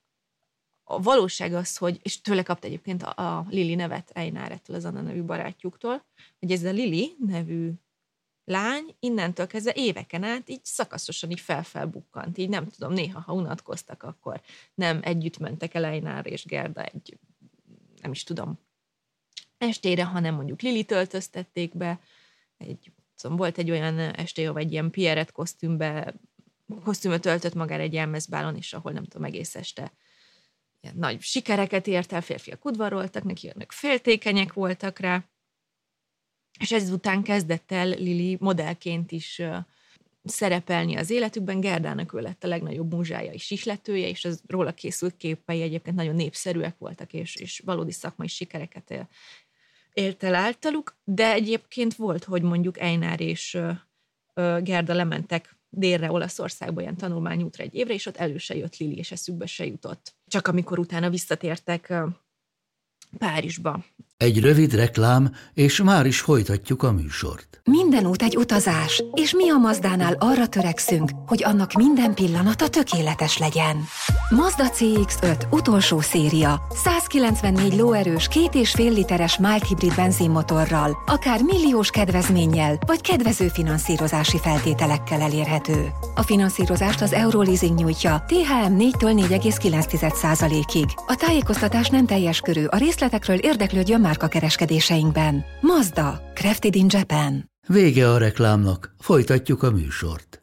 a valóság az, hogy, és tőle kapta egyébként a Lili nevet Einar ettől az Anna nevű barátjuktól, hogy ez a Lili nevű lány innentől kezdve éveken át így szakaszosan így felbukkant. Így nem tudom, néha, ha unatkoztak, akkor nem együtt mentek el Einar és Gerda egy, nem is tudom, estére, hanem mondjuk Lilit öltöztették be. Volt egy olyan este, ahol egy ilyen Pierrette kosztümöt öltött magára egy jelmezbálon, és ahol nem tudom, egész este ilyen nagy sikereket ért el, férfiak udvaroltak neki, önök féltékenyek voltak rá, és ezután kezdett el Lili modellként is szerepelni az életükben. Gerdának ő lett a legnagyobb múzsája és ihletője, és az róla készült képei egyébként nagyon népszerűek voltak, és valódi szakmai sikereket élt el általuk, de egyébként volt, hogy mondjuk Einar és Gerda lementek délre, Olaszországba ilyen tanulmányútra egy évre, és ott elő se jött Lili, és eszükbe se jutott. Csak amikor utána visszatértek Párizsba. Egy rövid reklám, és már is folytatjuk a műsort. Minden út egy utazás, és mi a Mazdánál arra törekszünk, hogy annak minden pillanata tökéletes legyen. Mazda CX-5 utolsó széria. 194 lóerős, 2,5 literes mild hibrid benzinmotorral, akár milliós kedvezménnyel, vagy kedvező finanszírozási feltételekkel elérhető. A finanszírozást az Euroleasing nyújtja, THM 4-től 4,9%-ig. A tájékoztatás nem teljes körű, a részletekről érdeklődjön márkakereskedéseinkben. Mazda, crafted in Japan. Vége a reklámnak, folytatjuk a műsort.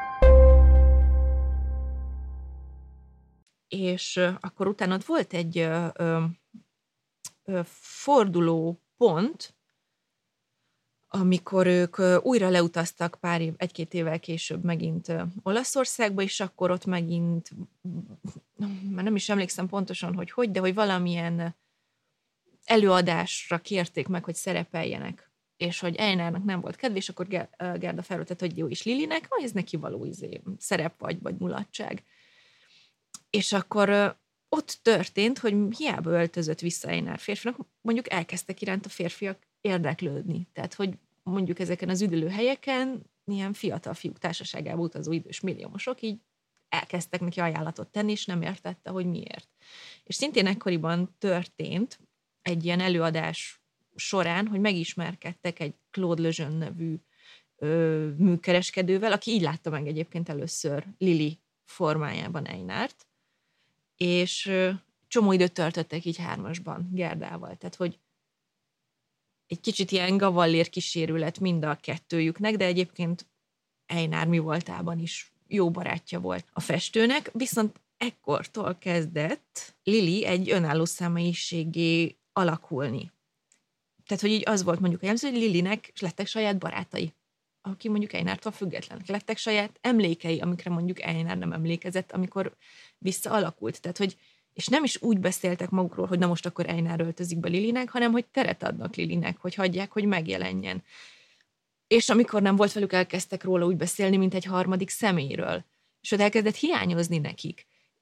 És akkor utána ott volt egy forduló pont, amikor ők újra leutaztak egy-két évvel később megint Olaszországba, és akkor ott megint, már nem is emlékszem pontosan, hogy, de hogy valamilyen előadásra kérték meg, hogy szerepeljenek, és hogy Einarnak nem volt kedve, és akkor Gerda felvetett, hogy jó is Lilinek, ez neki való szerep vagy mulatság. És akkor ott történt, hogy hiába öltözött vissza Einar férfinak, mondjuk elkezdtek iránt a férfiak érdeklődni. Tehát, hogy mondjuk ezeken az üdülőhelyeken ilyen fiatal fiúk társaságában utazó idős milliómosok így elkezdtek neki ajánlatot tenni, és nem értette, hogy miért. És szintén ekkoriban történt egy ilyen előadás során, hogy megismerkedtek egy Claude Lejeune nevű műkereskedővel, aki így látta meg egyébként először Lili formájában Einart, és csomó időt töltöttek így hármasban Gerdával. Tehát, hogy egy kicsit ilyen gavallér kísérület mind a kettőjüknek, de egyébként Einar mi voltában is jó barátja volt a festőnek, viszont ekkortól kezdett Lili egy önálló személyiségé alakulni. Tehát, hogy így az volt mondjuk a jellemző, hogy Lilinek lettek saját barátai, aki mondjuk Einartól függetlenek. Lettek saját emlékei, amikre mondjuk Einar nem emlékezett, amikor visszaalakult. Tehát, hogy, és nem is úgy beszéltek magukról, hogy na most akkor Einar öltözik be Lilinek, hanem hogy teret adnak Lilinek, hogy hagyják, hogy megjelenjen. És amikor nem volt velük, elkezdtek róla úgy beszélni, mint egy harmadik személyről. És ott elkezdett hiányozni nekik.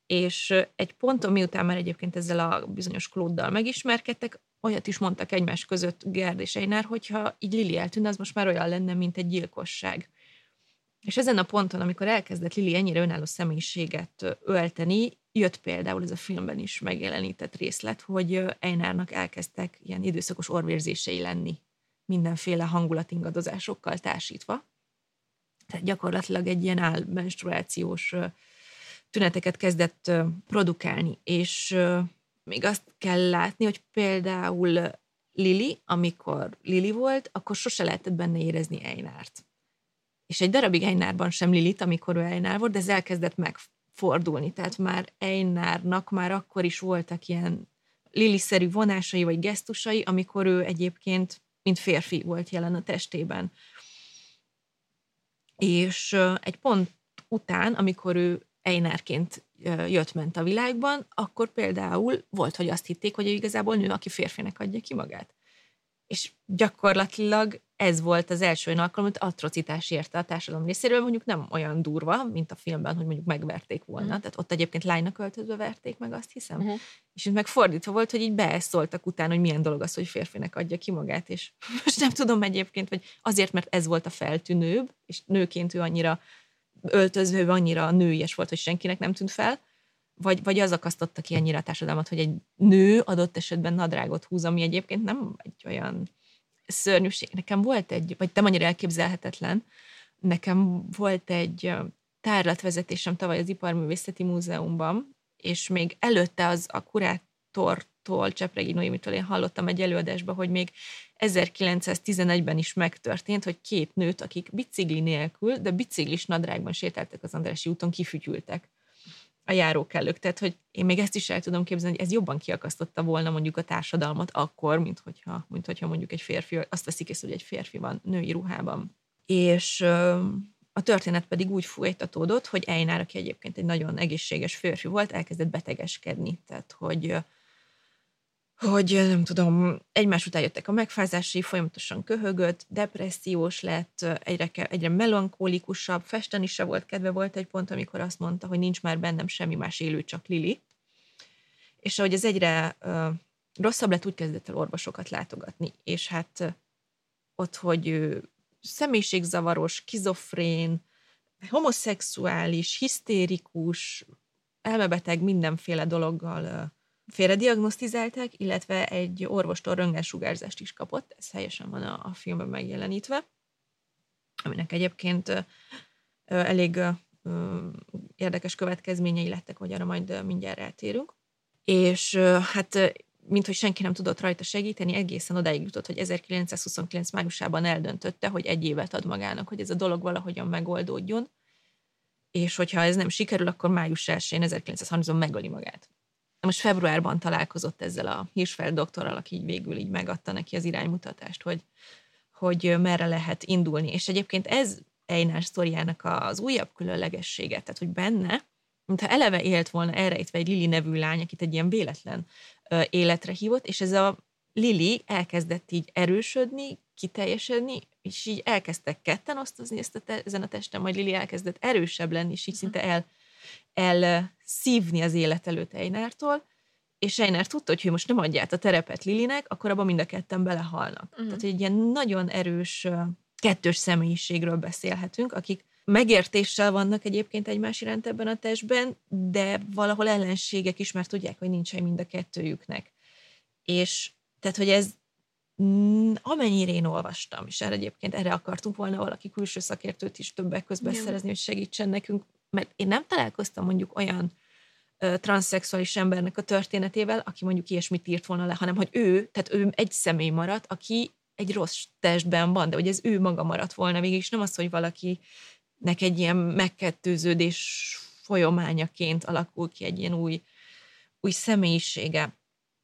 És egy ponton, miután már egyébként ezzel a bizonyos Claude-dal megismerkedtek, olyat is mondtak egymás között Gerd és Einar, hogyha így Lili eltűnne, az most már olyan lenne, mint egy gyilkosság. És ezen a ponton, amikor elkezdett Lili ennyire önálló személyiséget ölteni, jött például ez a filmben is megjelenített részlet, hogy Einarnak elkezdtek ilyen időszakos orvérzései lenni, mindenféle hangulatingadozásokkal társítva. Tehát gyakorlatilag egy ilyen álmenstruációs tüneteket kezdett produkálni, és még azt kell látni, hogy például Lili, amikor Lili volt, akkor sose lehetett benne érezni Einart. És egy darabig Einarban sem Lilit, amikor ő Einar volt, de ez elkezdett megfordulni. Tehát már Einarnak már akkor is voltak ilyen Lili-szerű vonásai vagy gesztusai, amikor ő egyébként mint férfi volt jelen a testében. És egy pont után, amikor ő Einarként jött-ment a világban, akkor például volt, hogy azt hitték, hogy ő igazából nő, aki férfinek adja ki magát. És gyakorlatilag ez volt az első olyan alkalom, hogy atrocitás érte a társadalom részéről, mondjuk nem olyan durva, mint a filmben, hogy mondjuk megverték volna. Tehát ott egyébként lánynak öltözve verték meg, azt hiszem. És itt meg fordítva volt, hogy így beszóltak utána, hogy milyen dolog az, hogy férfinek adja ki magát. És most nem tudom egyébként, vagy azért, mert ez volt a feltűnőbb, és nőként ő annyira öltözve, annyira nőies volt, hogy senkinek nem tűnt fel, vagy az akasztotta ki ennyire a társadalmat, hogy egy nő adott esetben nadrágot húz, ami egyébként nem egy olyan szörnyűség. Nekem volt egy, vagy nem annyira elképzelhetetlen, nekem volt egy tárlatvezetésem tavaly az Iparművészeti Múzeumban, és még előtte az a kurátortól, Csepregi Noémitől én hallottam egy előadásban, hogy még 1911-ben is megtörtént, hogy két nőt, akik bicikli nélkül, de biciklis nadrágban sétáltak az Andrássy úton, kifütyültek a járókelők. Tehát, hogy én még ezt is el tudom képzelni, hogy ez jobban kiakasztotta volna mondjuk a társadalmat akkor, mint hogyha mondjuk egy férfi, azt veszik észre, hogy egy férfi van női ruhában. És a történet pedig úgy folytatódott, hogy Einar, aki egyébként egy nagyon egészséges férfi volt, elkezdett betegeskedni. Tehát, hogy nem tudom, egymás után jöttek a megfázásai, folyamatosan köhögött, depressziós lett, egyre melankólikusabb, festeni se volt kedve, volt egy pont, amikor azt mondta, hogy nincs már bennem semmi más élő, csak Lili. És ahogy ez egyre rosszabb lett, úgy kezdett el orvosokat látogatni. És hát ott, hogy személyiségzavaros, skizofrén, homoszexuális, hisztérikus, elmebeteg, mindenféle dologgal félrediagnosztizálták, illetve egy orvostól röntgensugárzást is kapott, ez helyesen van a filmben megjelenítve, aminek egyébként elég érdekes következményei lettek, hogy arra majd mindjárt eltérünk. És hát, minthogy senki nem tudott rajta segíteni, egészen odáig jutott, hogy 1929 májusában eldöntötte, hogy egy évet ad magának, hogy ez a dolog valahogyan megoldódjon, és hogyha ez nem sikerül, akkor május 1-én 1930-ban megöli magát. Most februárban találkozott ezzel a Hirschfeld doktorral, aki így végül így megadta neki az iránymutatást, hogy merre lehet indulni. És egyébként ez Einar sztoriának az újabb különlegessége, tehát hogy benne, mintha eleve élt volna elrejtve egy Lili nevű lány, akit egy ilyen véletlen életre hívott, és ez a Lili elkezdett így erősödni, kiteljesedni, és így elkezdtek ketten osztozni ezen a testen, majd Lili elkezdett erősebb lenni, és így szinte elszívni az élet előtt Einartól, és Einar tudta, hogy most nem adja át a terepet Lilinek, akkor abban mind a ketten belehalnak. Tehát, hogy egy ilyen nagyon erős kettős személyiségről beszélhetünk, akik megértéssel vannak egyébként egymás iránt ebben a testben, de valahol ellenségek is, mert tudják, hogy nincs hely mind a kettőjüknek. És tehát, hogy ez amennyire én olvastam, és erre akartunk volna valaki külső szakértőt is többek közben szerezni, hogy segítsen nekünk, mert én nem találkoztam mondjuk olyan transzszexuális embernek a történetével, aki mondjuk ilyesmit írt volna le, hanem hogy ő egy személy maradt, aki egy rossz testben van, de hogy ez ő maga maradt volna végig, és nem az, hogy valakinek egy ilyen megkettőződés folyamányaként alakul ki egy ilyen új személyisége.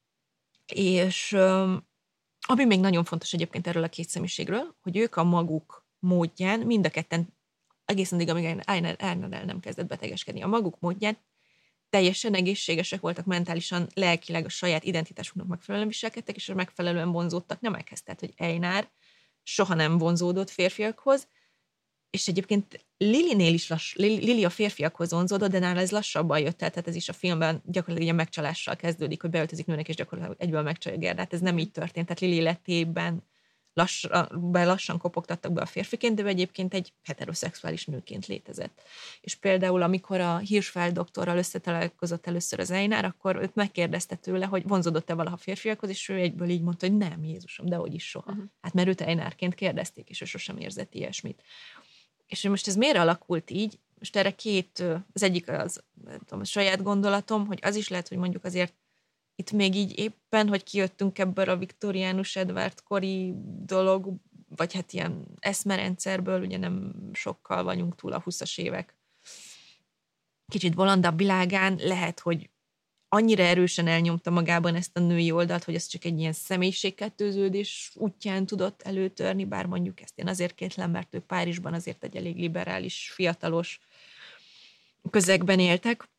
És ami még nagyon fontos egyébként erről a két személyiségről, hogy ők a maguk módján, mind a ketten, egészen addig, amíg Einar nem kezdett betegeskedni, a maguk módján teljesen egészségesek voltak mentálisan, lelkileg a saját identitásuknak megfelelően viselkedtek, és megfelelően vonzódtak nemekhez. Tehát, hogy Einar soha nem vonzódott férfiakhoz, és egyébként Lilinél is Lili a férfiakhoz vonzódott, de nála ez lassabban jött el, tehát ez is a filmben gyakorlatilag ilyen megcsalással kezdődik, hogy beöltözik nőnek, és gyakorlatilag egyből megcsalja Gerdát. Ez nem így történt, tehát Lili életében lassan kopogtattak be a férfiként, de egyébként egy heteroszexuális nőként létezett. És például, amikor a Hirschfeld doktorral összetalálkozott először az Einar, akkor őt megkérdezte tőle, hogy vonzódott-e valaha férfiakhoz, és ő egyből így mondta, hogy nem, Jézusom, dehogy is soha. Hát mert őt Einarként kérdezték, és ő sosem érzett ilyesmit. És most ez miért alakult így? Most erre az egyik az nem tudom, a saját gondolatom, hogy az is lehet, hogy mondjuk azért itt még így éppen, hogy kijöttünk ebből a viktoriánus Edward kori dolog, vagy hát ilyen eszmerendszerből, ugye nem sokkal vagyunk túl a 20-as évek kicsit bolondabb világán, lehet, hogy annyira erősen elnyomta magában ezt a női oldalt, hogy ez csak egy ilyen személyiségkettőződés útján tudott előtörni, bár mondjuk ezt én azért kétlem, mert ők Párizsban azért egy elég liberális, fiatalos közegben éltek.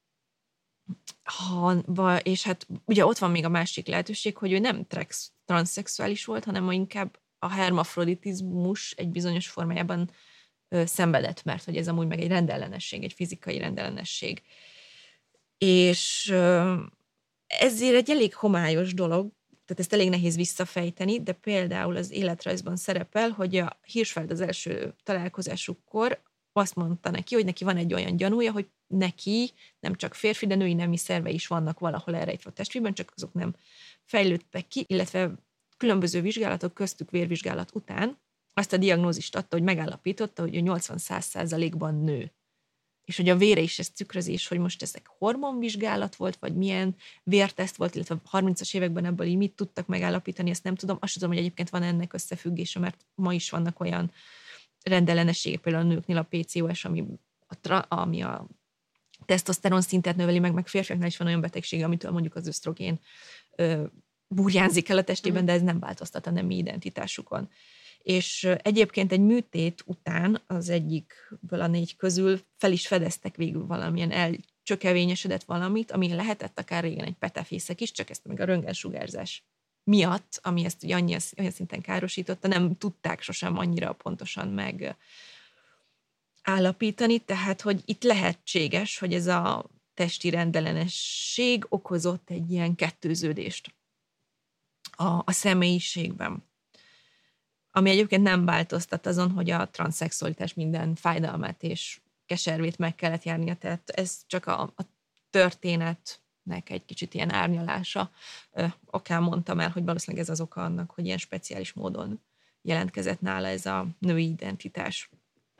És hát ugye ott van még a másik lehetőség, hogy ő nem transzszexuális volt, hanem inkább a hermafroditizmus egy bizonyos formájában szenvedett, mert hogy ez amúgy meg egy rendellenesség, egy fizikai rendellenesség. És ezért egy elég homályos dolog, tehát ezt elég nehéz visszafejteni, de például az életrajzban szerepel, hogy a Hirschfeld az első találkozásukkor azt mondta neki, hogy neki van egy olyan gyanúja, hogy neki nem csak férfi, de női nemi szervei is vannak valahol elrejtve a testében, csak azok nem fejlődtek ki, illetve különböző vizsgálatok, köztük vérvizsgálat után azt a diagnózist adta, hogy megállapította, hogy 80-100%-ban nő. És hogy a vére is ez tükrözés, hogy most ezek hormonvizsgálat volt, vagy milyen vérteszt volt, illetve a 30-as években ebből így mit tudtak megállapítani, ezt nem tudom. Azt tudom, hogy egyébként van ennek összefüggése, mert ma is vannak olyan rendellenességek, például a nőknél a PCOS, ami a tesztoszteron szintet növeli meg férfiaknál is van olyan betegség, amitől mondjuk az ösztrogén burjánzik el a testében, de ez nem változtat a nemi identitásukon. És egyébként egy műtét után az egyikből a 4 közül fel is fedeztek végül valamilyen elcsökevényesedett valamit, ami lehetett akár régen egy petafészek is, csak ezt meg a röntgensugárzás miatt, ami ezt ugye olyan szinten károsította, nem tudták sosem annyira pontosan megállapítani, tehát hogy itt lehetséges, hogy ez a testi rendellenesség okozott egy ilyen kettőződést a személyiségben. Ami egyébként nem változtat azon, hogy a transzszexualitás minden fájdalmát és keservét meg kellett járnia, tehát ez csak a történetnek egy kicsit ilyen árnyalása. Okán mondtam el, hogy valószínűleg ez az oka annak, hogy ilyen speciális módon jelentkezett nála ez a női identitás.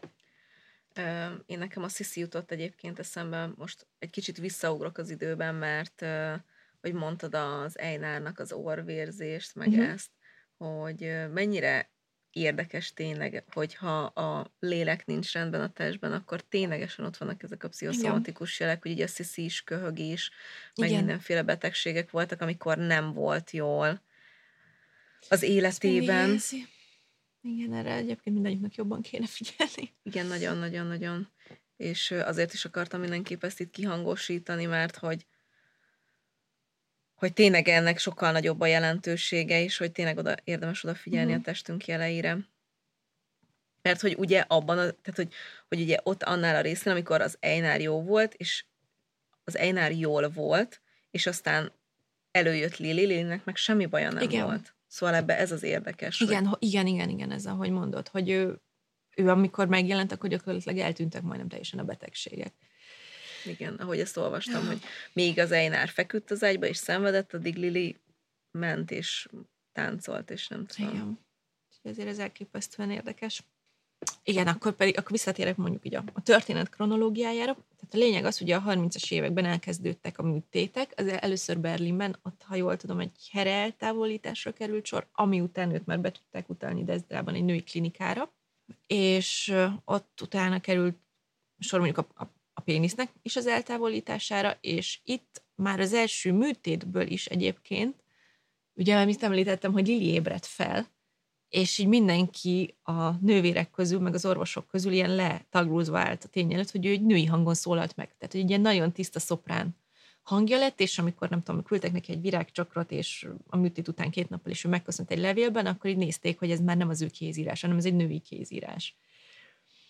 Én nekem a Sissi jutott egyébként eszembe, most egy kicsit visszaugrok az időben, mert hogy mondtad az Einárnak az orvérzést, meg ezt, hogy mennyire érdekes tényleg, hogyha a lélek nincs rendben a testben, akkor ténylegesen ott vannak ezek a pszichoszomatikus jelek, hogy így a Sissi is köhögés, meg mindenféle betegségek voltak, amikor nem volt jól az életében. Igen, erre egyébként mindannyiunknak jobban kéne figyelni. Igen, nagyon-nagyon-nagyon. És azért is akartam mindenképp ezt itt kihangosítani, mert hogy tényleg ennek sokkal nagyobb a jelentősége, és hogy tényleg érdemes odafigyelni a testünk jeleire. Mert hogy ugye tehát hogy ugye ott annál a részén, amikor az Einar jó volt, és az Einar jól volt, és aztán előjött Lilinek meg semmi baja nem volt. Szóval ebbe ez az érdekes. Igen, ez ahogy mondod, hogy ő amikor megjelent, akkor gyakorlatilag eltűntek majdnem teljesen a betegségek. Igen, ahogy ezt olvastam, hogy még az Einar feküdt az ágyba és szenvedett, addig Lili ment és táncolt, és nem tudom. Igen. Ezért ez elképesztően érdekes. Igen, akkor visszatérek mondjuk így a történet kronológiájára. Tehát a lényeg az, hogy a 30-as években elkezdődtek a műtétek. Az először Berlinben, ott, ha jól tudom, egy hereltávolításra került sor, ami után őt már be tudták utalni Dresdában egy női klinikára, és ott utána került sor mondjuk a pénisznek is az eltávolítására, és itt már az első műtétből is egyébként, ugye amit említettem, hogy Lili ébredt fel, és így mindenki a nővérek közül, meg az orvosok közül ilyen letaglózva állt a tény előtt, hogy ő egy női hangon szólalt meg. Tehát, hogy egy ilyen nagyon tiszta szoprán hangja lett, és amikor nem tudom, küldtek neki egy virágcsokrot, és a műtét után 2 nappal is ő megköszönt egy levélben, akkor így nézték, hogy ez már nem az ő kézírás, hanem ez egy női kézírás.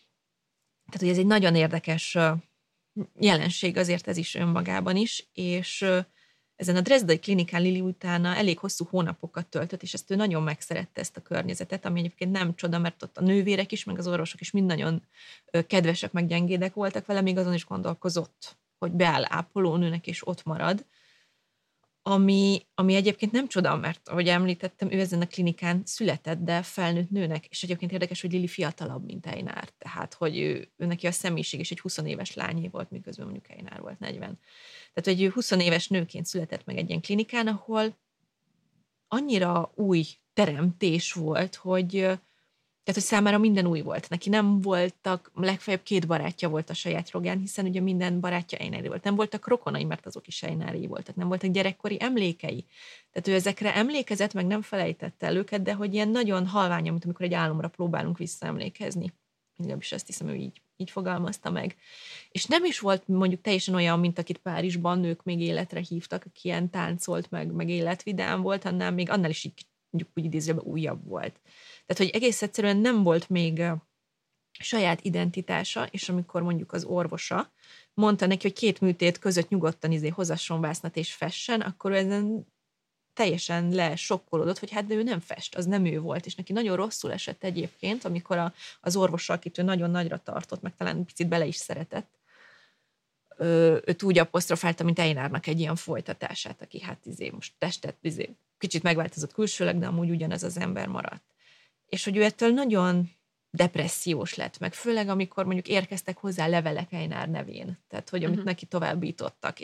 Tehát, hogy ez egy nagyon érdekes jelenség azért ez is önmagában is, és ezen a Dresdai klinikán Lili utána elég hosszú hónapokat töltött, és ezt ő nagyon megszerette, ezt a környezetet, ami egyébként nem csoda, mert ott a nővérek is, meg az orvosok is mind nagyon kedvesek, meg gyengédek voltak vele, még azon is gondolkozott, hogy beáll ápolónőnek, és ott marad. Ami egyébként nem csoda, mert ahogy említettem, ő ezen a klinikán született, de felnőtt nőnek, és egyébként érdekes, hogy Lili fiatalabb, mint Einar, tehát, hogy ő neki a személyiség is egy 20 éves lányé volt, miközben mondjuk Einar volt 40. Tehát, hogy ő 20 éves nőként született meg egy ilyen klinikán, ahol annyira új teremtés volt, hogy számára minden új volt. Neki nem voltak, legfeljebb 2 barátja volt a saját jogán, hiszen ugye minden barátja Einári volt. Nem voltak rokonai, mert azok is Einári voltak. Nem voltak gyerekkori emlékei. Tehát ő ezekre emlékezett, meg nem felejtette el őket, de hogy ilyen nagyon halvány, mint amikor egy álomra próbálunk visszaemlékezni. Legalábbis azt hiszem, ő így fogalmazta meg. És nem is volt mondjuk teljesen olyan, mint akit Párizsban nők még életre hívtak, aki ilyen táncolt, meg életvidám volt, annál is így mondjuk úgy idézőben újabb volt. Tehát, hogy egész egyszerűen nem volt még saját identitása, és amikor mondjuk az orvosa mondta neki, hogy 2 műtét között nyugodtan hozasson vásznat és fessen, akkor ezen teljesen lesokkolódott, hogy hát de ő nem fest, az nem ő volt, és neki nagyon rosszul esett egyébként, amikor az orvosa, akit ő nagyon nagyra tartott, meg talán picit bele is szeretett, őt úgy apostrofálta, mint Einárnak egy ilyen folytatását, aki hát most testet kicsit megváltozott külsőleg, de amúgy ugyanaz az ember maradt. És hogy ő ettől nagyon depressziós lett, meg főleg amikor mondjuk érkeztek hozzá levelek Einár nevén, tehát hogy amit neki továbbítottak,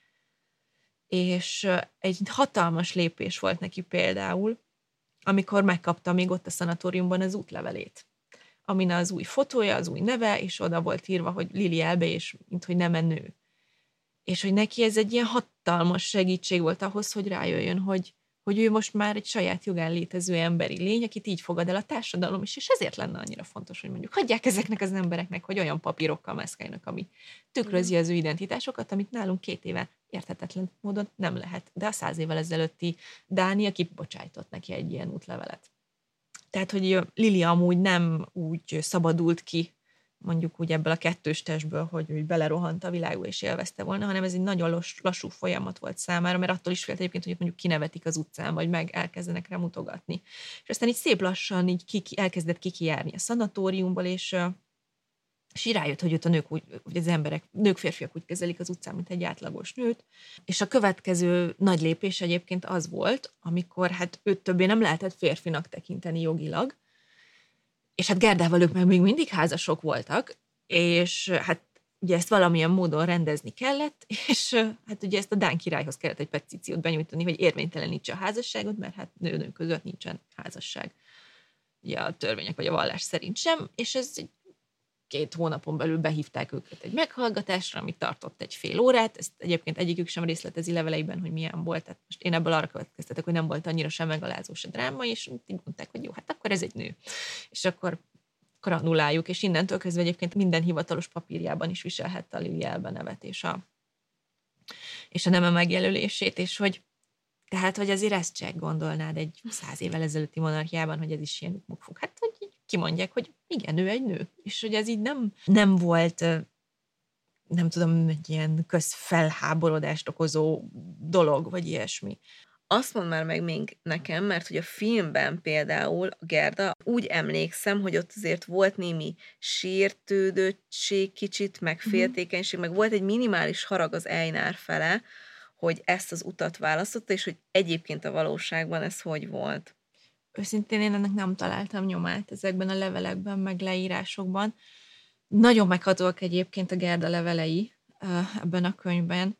és egy hatalmas lépés volt neki például, amikor megkapta még ott a szanatóriumban az útlevelét, amin az új fotója, az új neve, és oda volt írva, hogy Lili Elbe, és minthogy nem nő. És hogy neki ez egy ilyen hatalmas segítség volt ahhoz, hogy rájöjjön, hogy ő most már egy saját jogán létező emberi lény, akit így fogad el a társadalom is, és ezért lenne annyira fontos, hogy mondjuk hagyják ezeknek az embereknek, hogy olyan papírokkal mászkáljanak, ami tükrözi az ő identitásokat, amit nálunk 2 éve érthetetlen módon nem lehet. De a 100 évvel ezelőtti Dánia kibocsájtott neki egy ilyen útlevelet. Tehát, hogy Lili amúgy nem úgy szabadult ki, mondjuk úgy ebből a 2 testből, hogy úgy belerohant a világba és élvezte volna, hanem ez egy nagyon lassú folyamat volt számára, mert attól is félt egyébként, hogy mondjuk kinevetik az utcán, vagy meg elkezdenek rá mutogatni. És aztán így szép lassan így elkezdett kijárni a szanatóriumból, és rájött, hogy őt a nők úgy, hogy az emberek, férfiak úgy kezelik az utcán, mint egy átlagos nőt. És a következő nagy lépés egyébként az volt, amikor hát őt többé nem lehetett férfinak tekinteni jogilag, és hát Gerdával ők meg még mindig házasok voltak, és hát ugye ezt valamilyen módon rendezni kellett, és hát ugye ezt a dán királyhoz kellett egy petíciót benyújtani, hogy érvénytelenítse a házasságot, mert hát nő között nincsen házasság. Ugye a törvények vagy a vallás szerint sem, és ez 2 hónapon belül behívták őket egy meghallgatásra, ami tartott egy fél órát, ezt egyébként egyikük sem részletezi leveleiben, hogy milyen volt, tehát most én ebből arra következtetek, hogy nem volt annyira sem megalázó, se dráma, és így mondták, hogy jó, hát akkor ez egy nő. És akkor annuláljuk, és innentől kezdve egyébként minden hivatalos papírjában is viselhette a Lili Elbe nevet, és a neme megjelölését, és hogy tehát, hogy azért ezt csak gondolnád egy 100 évvel ezelőtti monarchiában, hogy ez is ilyen fog. Hát, hogy így kimondják, hogy igen, ő egy nő. És hogy ez így nem volt, nem tudom, egy ilyen közfelháborodást okozó dolog, vagy ilyesmi. Azt mondd már meg még nekem, mert hogy a filmben például a Gerda, úgy emlékszem, hogy ott azért volt némi sértődöttség kicsit, meg féltékenység, meg volt egy minimális harag az Einar fele, hogy ezt az utat választotta, és hogy egyébként a valóságban ez hogy volt. Őszintén én ennek nem találtam nyomát ezekben a levelekben, meg leírásokban. Nagyon meghatóak egyébként a Gerda levelei ebben a könyvben.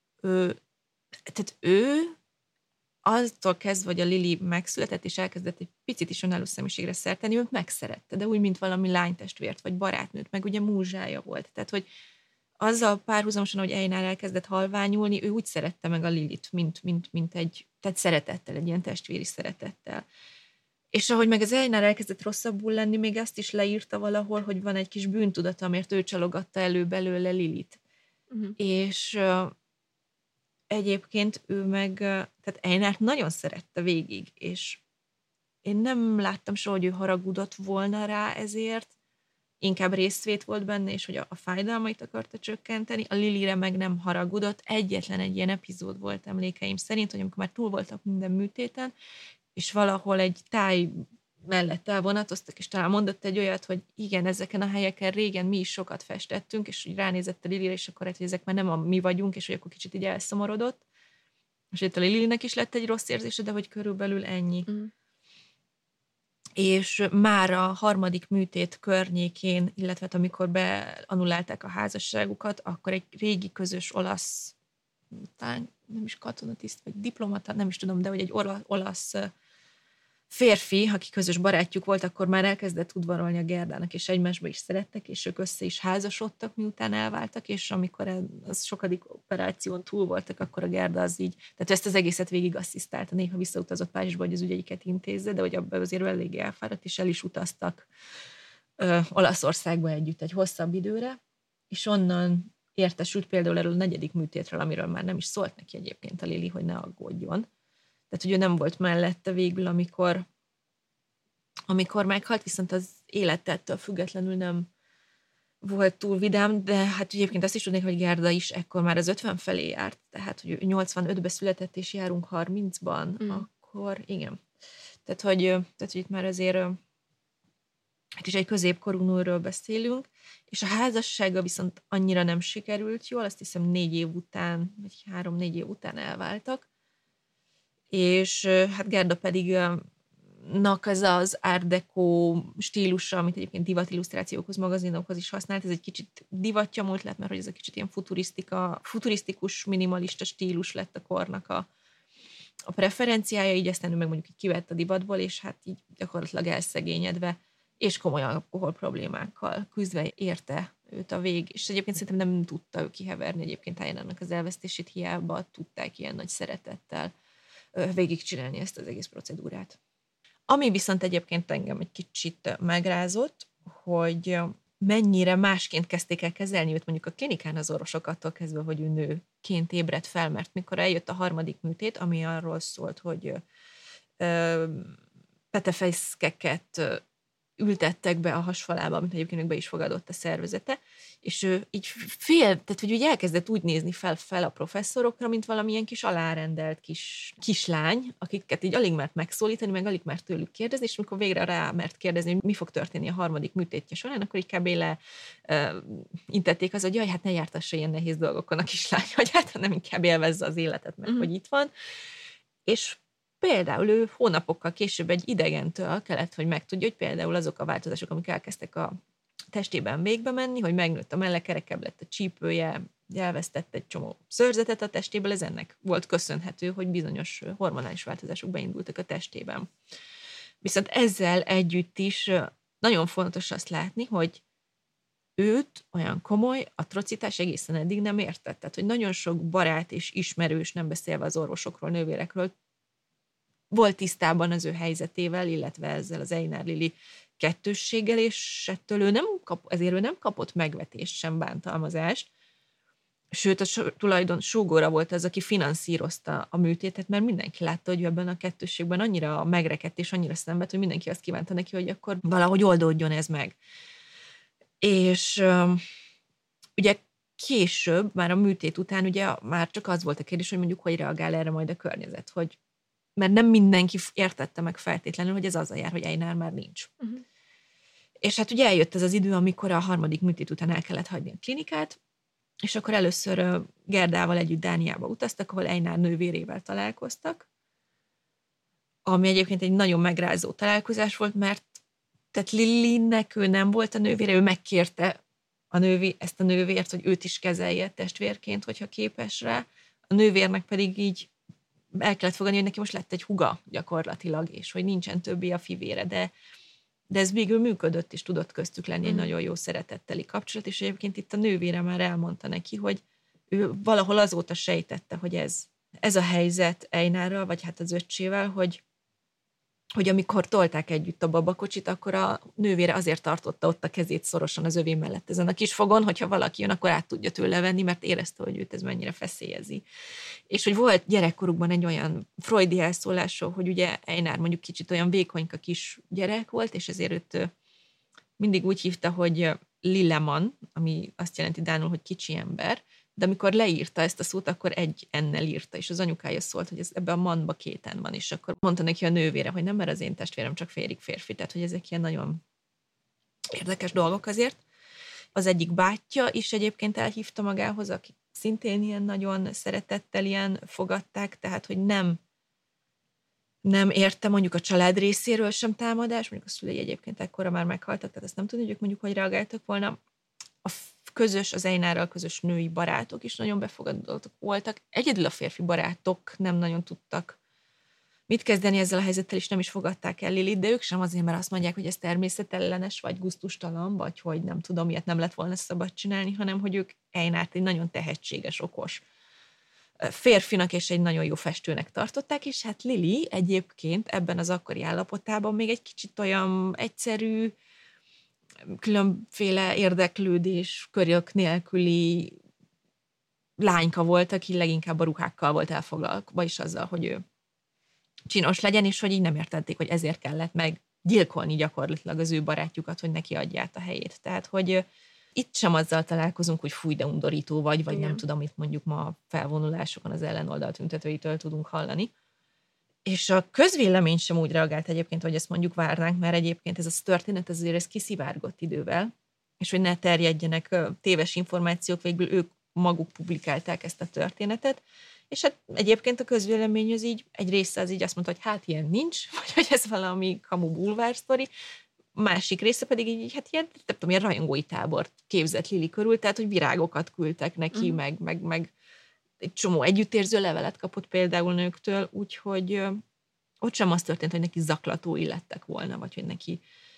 Tehát ő attól kezdve, hogy a Lili megszületett, és elkezdett egy picit is önálló személyiségre szert tenni, őt megszerette, de úgy, mint valami lánytestvért, vagy barátnőt, meg ugye múzsája volt. Tehát, hogy azzal párhuzamosan, hogy Einar elkezdett halványulni, ő úgy szerette meg a Lilit, mint egy, tehát szeretettel, egy ilyen testvéri szeretettel. És ahogy meg az Einar elkezdett rosszabbul lenni, még azt is leírta valahol, hogy van egy kis bűntudata, mert ő csalogatta elő belőle Lilit. És egyébként ő meg, tehát Einárt nagyon szerette végig, és én nem láttam soha, hogy ő haragudott volna rá ezért, inkább részvét volt benne, és hogy a fájdalmait akarta csökkenteni. A Lilire meg nem haragudott. Egyetlen egy ilyen epizód volt emlékeim szerint, hogy amikor már túl voltak minden műtéten, és valahol egy táj mellett elvonatoztak, és talán mondott egy olyat, hogy igen, ezeken a helyeken régen mi is sokat festettünk, és úgy ránézett a Lilire, és akkor hogy ezek már nem a mi vagyunk, és hogy akkor kicsit így elszomorodott. És itt a Lilinek is lett egy rossz érzése, de hogy körülbelül ennyi. És már a harmadik műtét környékén, illetve amikor beanulálták a házasságukat, akkor egy régi közös olasz, talán nem is katonatiszt, vagy diplomata, nem is tudom, de hogy egy olasz férfi, aki közös barátjuk volt, akkor már elkezdett udvarolni a Gerdának, és egymásba is szerettek, és ők össze is házasodtak, miután elváltak, és amikor az sokadik operáción túl voltak, akkor a Gerda az így, tehát ezt az egészet végig asszisztálta, néha visszautazott Párizsba, hogy az ügyeiket intézze, de hogy abban azért eléggé elfáradt, és el is utaztak Olaszországba együtt egy hosszabb időre, és onnan értesült például erről a negyedik műtétről, amiről már nem is szólt neki egyébként a Lili, hogy ne aggódjon. Tehát, hogy ő nem volt mellette végül, amikor meghalt, viszont az életettől függetlenül nem volt túl vidám, de hát egyébként azt is tudnék, hogy Gerda is ekkor már az 50 felé járt, tehát, hogy 85-ben született, és járunk 30-ban, akkor igen. Tehát, hogy itt már azért itt is egy középkorú nőről beszélünk, és a házassága viszont annyira nem sikerült jól, azt hiszem 4 év után, vagy 3-4 év után elváltak, és hát Gerda pedig az az Art Deco stílusa, amit egyébként divatillusztrációkhoz, magazinokhoz is használt, ez egy kicsit divatja múlt lett, mert hogy ez a kicsit ilyen futurisztikus, minimalista stílus lett a kornak a preferenciája, így aztán ő meg mondjuk így kivett a divatból, és hát így gyakorlatilag elszegényedve, és komoly alkohol problémákkal küzdve érte őt a vég, és egyébként szerintem nem tudta ő kiheverni egyébként Einának az elvesztését, hiába tudták ilyen nagy szeretettel végigcsinálni ezt az egész procedúrát. Ami viszont egyébként engem egy kicsit megrázott, hogy mennyire másként kezdték el kezelni őt mondjuk a klinikán az orvosok attól kezdve, hogy ő nőként ébredt fel, mert mikor eljött a harmadik műtét, ami arról szólt, hogy petefejszkeket ültettek be a hasfalába, amit egyébként be is fogadott a szervezete, és ő így tehát hogy úgy elkezdett úgy nézni fel a professzorokra, mint valamilyen kis alárendelt kislány, akiket így alig mert megszólítani, meg alig mert tőlük kérdezni, és amikor végre rá mert kérdezni, hogy mi fog történni a harmadik műtétje során, akkor így kb. Intették az, hogy jaj, hát ne jártassa ilyen nehéz dolgokon a kislány, hogy hát nem inkább élvezze az életet, meg hogy itt van. És például ő hónapokkal később egy idegentől kellett, hogy megtudja, hogy például azok a változások, amik elkezdtek a testében végbe menni, hogy megnőtt a melle, kerekebb lett a csípője, elvesztett egy csomó szőrzetet a testéből, ez ennek volt köszönhető, hogy bizonyos hormonális változások beindultak a testében. Viszont ezzel együtt is nagyon fontos azt látni, hogy őt olyan komoly atrocitás egészen eddig nem értett. Tehát, hogy nagyon sok barát és ismerős, nem beszélve az orvosokról, nővérekről, volt tisztában az ő helyzetével, illetve ezzel az Einar Lili kettősséggel, és ettől ezért ő nem kapott megvetést sem, bántalmazást. Sőt, a tulajdon sógora volt az, aki finanszírozta a műtétet, mert mindenki látta, hogy ebben a kettősségben annyira megrekedt és annyira szenved, hogy mindenki azt kívánta neki, hogy akkor valahogy oldódjon ez meg. És ugye később, már a műtét után ugye már csak az volt a kérdés, hogy mondjuk hogy reagál erre majd a környezet, hogy mert nem mindenki értette meg feltétlenül, hogy ez azzal jár, hogy Einar már nincs. És hát ugye eljött ez az idő, amikor a harmadik műtét után el kellett hagyni a klinikát, és akkor először Gerdával együtt Dániába utaztak, ahol Einar nővérével találkoztak, ami egyébként egy nagyon megrázó találkozás volt, mert tehát Lilinek ő nem volt a nővére, ő megkérte ezt a nővért, hogy őt is kezelje testvérként, hogyha képes rá. A nővérnek pedig így el kellett fogadni, hogy neki most lett egy húga gyakorlatilag, és hogy nincsen többé a fivére, de ez végül működött, és tudott köztük lenni egy nagyon jó szeretetteli kapcsolat, és egyébként itt a nővére már elmondta neki, hogy ő valahol azóta sejtette, hogy ez a helyzet Einarral, vagy hát az öccsével, hogy amikor tolták együtt a babakocsit, akkor a nővére azért tartotta ott a kezét szorosan az övé mellett ezen a kis fogon, hogyha valaki jön, akkor át tudja tőle venni, mert érezte, hogy őt ez mennyire feszélyezi. És hogy volt gyerekkorukban egy olyan freudi elszólásról, hogy ugye Einar mondjuk kicsit olyan vékonyka kis gyerek volt, és ezért őt mindig úgy hívta, hogy Lilleman, ami azt jelenti dánul, hogy kicsi ember, de amikor leírta ezt a szót, akkor egy ennel írta, és az anyukája szólt, hogy ebben a manba 2 n van, és akkor mondta neki a nővére, hogy nem, mert az én testvérem csak félig férfi, tehát hogy ezek ilyen nagyon érdekes dolgok azért. Az egyik bátyja is egyébként elhívta magához, akik szintén ilyen nagyon szeretettel ilyen fogadták, tehát hogy nem érte mondjuk a család részéről sem támadás, mondjuk a szülei egyébként ekkora már meghaltak, tehát ezt nem tudni, hogy ők mondjuk hogy reagáltak volna. Az Einárral közös női barátok is nagyon befogadottak voltak. Egyedül a férfi barátok nem nagyon tudtak mit kezdeni ezzel a helyzettel, és nem is fogadták el Lilit, de ők sem azért, mert azt mondják, hogy ez természetellenes, vagy gusztustalan, vagy hogy nem tudom, ilyet nem lett volna szabad csinálni, hanem hogy ők Einárt egy nagyon tehetséges, okos férfinak és egy nagyon jó festőnek tartották, és hát Lili egyébként ebben az akkori állapotában még egy kicsit olyan egyszerű, különféle érdeklődés, körök nélküli lányka volt, aki leginkább a ruhákkal volt elfoglalva, és azzal, hogy ő csinos legyen, és hogy így nem értették, hogy ezért kellett meggyilkolni gyakorlatilag az ő barátjukat, hogy neki adja át a helyét. Tehát, hogy itt sem azzal találkozunk, hogy fúj, de undorító vagy nem tudom, itt mondjuk ma a felvonulásokon az ellenoldal tüntetőitől tudunk hallani. És a közvélemény sem úgy reagált egyébként, hogy ezt mondjuk várnánk, mert egyébként ez a történet azért ez kiszivárgott idővel, és hogy ne terjedjenek téves információk, végül ők maguk publikálták ezt a történetet, és hát egyébként a közvélemény az így, egy része az így azt mondta, hogy hát ilyen nincs, vagy hogy ez valami kamu bulvár sztori, másik része pedig így, hát ilyen, nem tudom, ilyen rajongói tábort képzett Lili körül, tehát hogy virágokat küldtek neki, meg egy csomó együttérző levelet kapott például nőktől, úgyhogy ott sem az történt, hogy neki zaklatói lettek volna, vagy hogy neki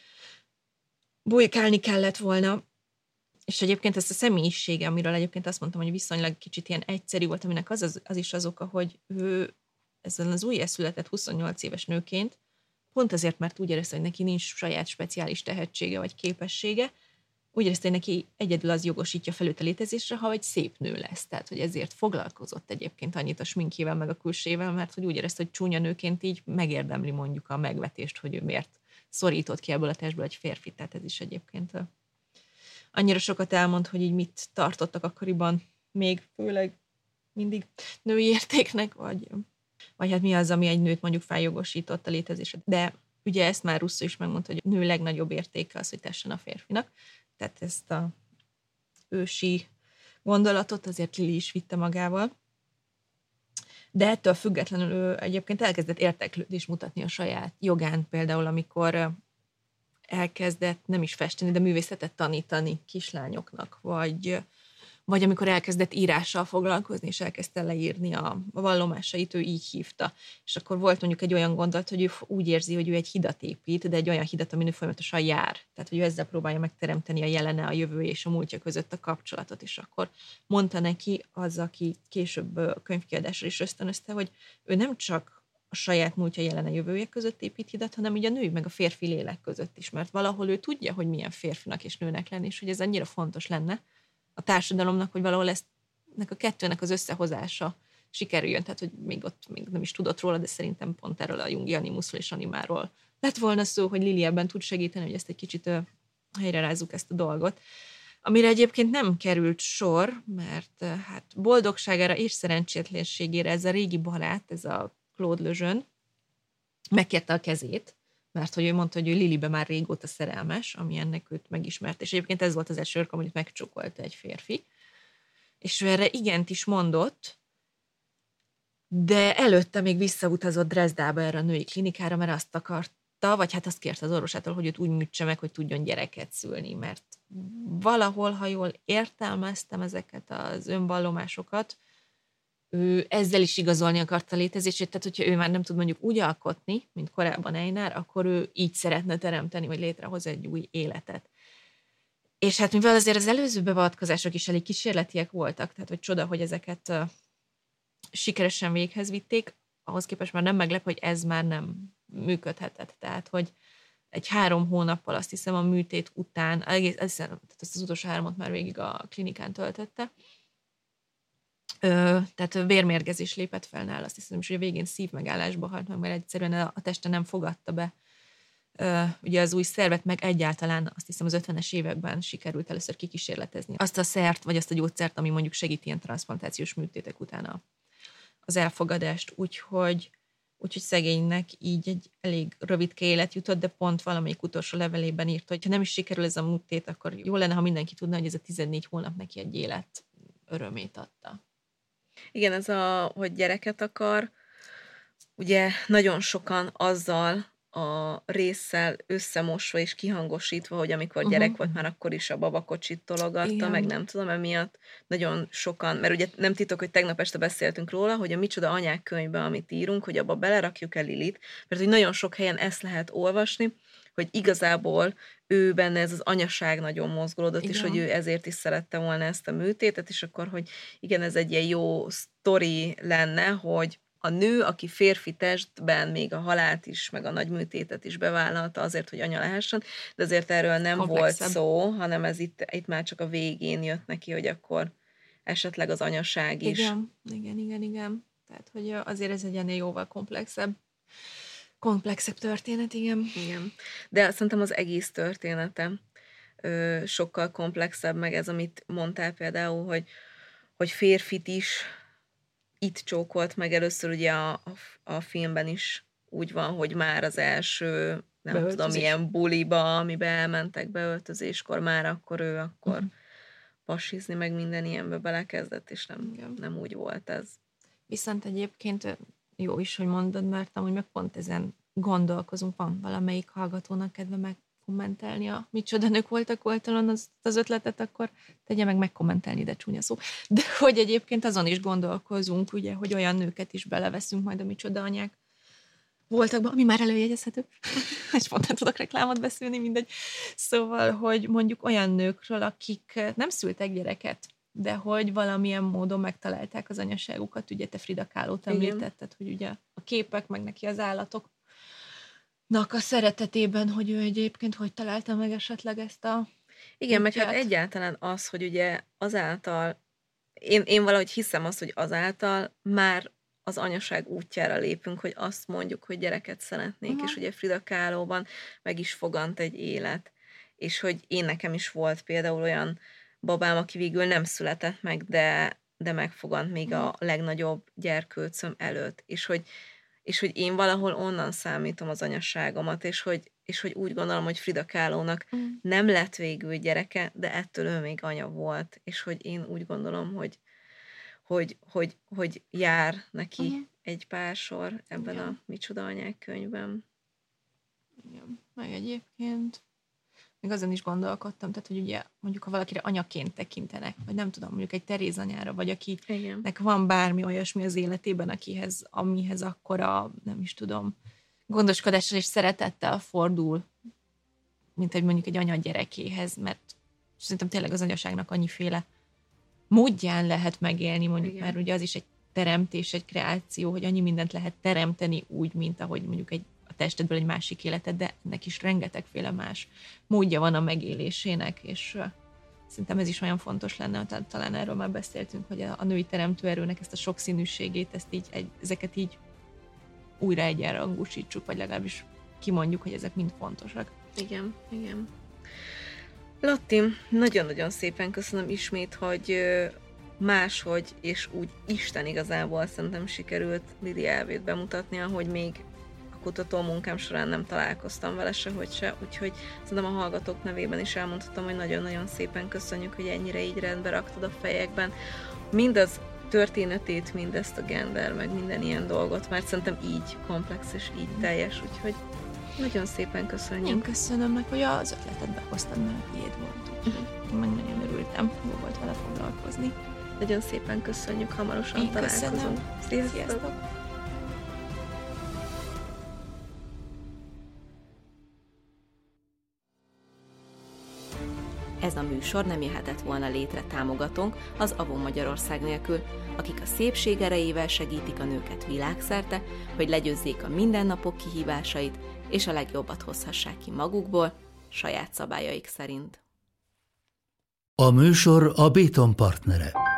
bujkálni kellett volna. És egyébként ezt a személyisége, amiről egyébként azt mondtam, hogy viszonylag kicsit ilyen egyszerű volt, aminek az is az oka, hogy ő ezzel az újjászületett 28 éves nőként, pont azért, mert úgy érezte, hogy neki nincs saját speciális tehetsége vagy képessége, úgy érezte, hogy neki egyedül az jogosítja fel őt a létezésre, ha egy szép nő lesz. Tehát, hogy ezért foglalkozott egyébként annyit a sminkjével, meg a külsével, mert hogy úgy érezte, hogy csúnya nőként így megérdemli mondjuk a megvetést, hogy ő miért szorított ki ebből a testből egy férfit. Tehát ez is egyébként annyira sokat elmond, hogy így mit tartottak akkoriban, még főleg mindig női értéknek, vagy hát mi az, ami egy nőt mondjuk feljogosított a létezésre. De ugye ezt már Rousseau is megmondta, hogy a nő legnagyobb értéke az, hogy tessen a férfinak. Tehát ezt a ősi gondolatot azért Lili is vitte magával. De ettől függetlenül ő egyébként elkezdett érdeklődést mutatni a saját jogán, például amikor elkezdett nem is festeni, de művészetet tanítani kislányoknak, vagy amikor elkezdett írással foglalkozni, és elkezdte leírni a vallomásait, ő így hívta. És akkor volt mondjuk egy olyan gondolat, hogy ő úgy érzi, hogy ő egy hidat épít, de egy olyan hidat, amin ő folyamatosan jár. Tehát, hogy ő ezzel próbálja megteremteni a jelene, a jövője és a múltja között a kapcsolatot. És akkor mondta neki az, aki később könyvkiadásra is ösztönözte, hogy ő nem csak a saját múltja, jelene, jövője között épít hidat, hanem így a női meg a férfi lélek között is, mert valahol ő tudja, hogy milyen férfinak és nőnek lenni, és hogy ez annyira fontos lenne a társadalomnak, hogy valahol ennek a kettőnek az összehozása sikerüljön, tehát hogy még ott még nem is tudott róla, de szerintem pont erről a jungi animuszról és animáról lett volna szó, hogy Lili ebben tud segíteni, hogy ezt egy kicsit helyre rázzuk ezt a dolgot. Amire egyébként nem került sor, mert hát boldogságára és szerencsétlenségére ez a régi barát, ez a Claude Lejeune megkérte a kezét, mert hogy ő mondta, hogy ő Lilibe már régóta szerelmes, ami ennek őt megismert, és egyébként ez volt az első alkalom, amit megcsókolta egy férfi. És ő erre igent is mondott, de előtte még visszautazott Dresdába erre a női klinikára, mert azt akarta, vagy hát azt kérte az orvosától, hogy őt úgy műtse meg, hogy tudjon gyereket szülni, mert valahol, ha jól értelmeztem ezeket az önvallomásokat, ő ezzel is igazolni akarta létezését, tehát hogyha ő már nem tud mondjuk úgy alkotni, mint korábban Einár, akkor ő így szeretne teremteni, vagy létrehoz egy új életet. És hát mivel azért az előző beavatkozások is elég kísérletiek voltak, tehát hogy csoda, hogy ezeket sikeresen véghez vitték, ahhoz képest már nem meglep, hogy ez már nem működhetett. Tehát, hogy egy 3 hónappal azt hiszem a műtét után, tehát az utolsó 3-ot már végig a klinikán töltötte, tehát vérmérgezés lépett fel nála, azt hiszem, és hogy a végén szívmegállásba halt meg, mert egyszerűen a teste nem fogadta be ugye az új szervet, meg egyáltalán azt hiszem az 50-es években sikerült először kikísérletezni azt a szert, vagy azt a gyógyszert, ami mondjuk segít ilyen transzplantációs műtétek után az elfogadást, úgyhogy szegénynek így egy elég rövidke élet jutott, de pont valamelyik utolsó levelében írt, hogy ha nem is sikerül ez a műtét, akkor jó lenne, ha mindenki tudna, hogy ez a 14 hónap neki egy élet örömét adta. Igen, ez hogy gyereket akar, ugye nagyon sokan azzal a résszel összemosva és kihangosítva, hogy amikor gyerek volt, már akkor is a babakocsit tologatta, meg nem tudom, emiatt nagyon sokan, mert ugye nem titok, hogy tegnap este beszéltünk róla, hogy a Micsoda anyák könyvbe, amit írunk, hogy abba belerakjuk el Lilit, mert hogy nagyon sok helyen ezt lehet olvasni, hogy igazából ő benne ez az anyaság nagyon mozgolódott, és hogy ő ezért is szerette volna ezt a műtétet, és akkor, hogy igen, ez egy ilyen jó sztori lenne, hogy a nő, aki férfi testben még a halált is, meg a nagy műtétet is bevállalta azért, hogy anya lehessen, de azért erről nem volt szó, hanem ez itt már csak a végén jött neki, hogy akkor esetleg az anyaság is. Igen. Tehát, hogy azért ez egy ennél jóval komplexebb történet, igen. De szerintem az egész története sokkal komplexebb, meg ez, amit mondtál például, hogy férfit is itt csókolt meg először, ugye a filmben is úgy van, hogy már az első, nem tudom, milyen buliba, amiben elmentek beöltözéskor, már akkor ő pasizni, meg minden ilyenbe belekezdett, és nem úgy volt ez. Viszont egyébként jó is, hogy mondod, mert amúgy meg pont ezen gondolkozunk, van valamelyik hallgatónak kedve megkommentelni a Micsoda nők voltak oldalon az ötletet, akkor tegye meg megkommentelni, de csúnya szó. De hogy egyébként azon is gondolkozunk, ugye, hogy olyan nőket is beleveszünk majd a Micsoda anyák voltakba, ami már előjegyezhető. És pont nem tudok reklámot beszélni, mindegy. Szóval, hogy mondjuk olyan nőkről, akik nem szültek gyereket, de hogy valamilyen módon megtalálták az anyaságukat. Ugye te Frida Kahlo-t említetted, hogy ugye a képek, meg neki az állatoknak a szeretetében, hogy ő egyébként hogy találta meg esetleg ezt a igen, meg hát egyáltalán az, hogy ugye azáltal, én valahogy hiszem azt, hogy azáltal már az anyaság útjára lépünk, hogy azt mondjuk, hogy gyereket szeretnék, és ugye Frida Kahlo-ban meg is fogant egy élet. És hogy nekem is volt például olyan babám, aki végül nem született meg, de megfogant még a legnagyobb gyerkőcöm előtt. És hogy én valahol onnan számítom az anyaságomat, és hogy úgy gondolom, hogy Frida Kahlo-nak nem lett végül gyereke, de ettől ő még anya volt. És hogy én úgy gondolom, hogy jár neki egy pár sor ebben a Micsoda anyák könyvben. Igen. Meg egyébként még azon is gondolkodtam, tehát, hogy ugye mondjuk, ha valakire anyaként tekintenek, vagy nem tudom, mondjuk egy Teréz anyára, vagy akinek van bármi olyasmi az életében, amihez akkora, nem is tudom, gondoskodással és szeretettel fordul, mint egy mondjuk egy anya gyerekéhez, mert szerintem tényleg az anyaságnak annyiféle módján lehet megélni, mondjuk, mert ugye az is egy teremtés, egy kreáció, hogy annyi mindent lehet teremteni úgy, mint ahogy mondjuk a testedből egy másik életed, de ennek is rengetegféle más módja van a megélésének, és szerintem ez is olyan fontos lenne, talán erről már beszéltünk, hogy a női teremtőerőnek ezt a sokszínűségét, ezeket így újra egyenrangúsítsuk, vagy legalábbis kimondjuk, hogy ezek mind fontosak. Igen. Lotti, nagyon-nagyon szépen köszönöm ismét, hogy máshogy és úgy Isten igazából szerintem sikerült Lili elvét bemutatni, ahogy még a kutató munkám során nem találkoztam vele sehogy se, úgyhogy szerintem a hallgatók nevében is elmondhatom, hogy nagyon-nagyon szépen köszönjük, hogy ennyire így rendbe raktad a fejekben mind az történetét, mind ezt a gender, meg minden ilyen dolgot, mert szerintem így komplex és így teljes, úgyhogy nagyon szépen köszönjük. Én köszönöm meg, hogy az ötletet behoztad, mert a tiéd volt, úgyhogy én meg nagyon örültem, jó volt vele foglalkozni. Nagyon szépen köszönjük, hamarosan találkozunk. Sziasztok! Ez a műsor nem jöhetett volna létre támogatónk, az Avon Magyarország nélkül, akik a szépség erejével segítik a nőket világszerte, hogy legyőzzék a mindennapok kihívásait, és a legjobbat hozhassák ki magukból, saját szabályaik szerint. A műsor a Béton partnere.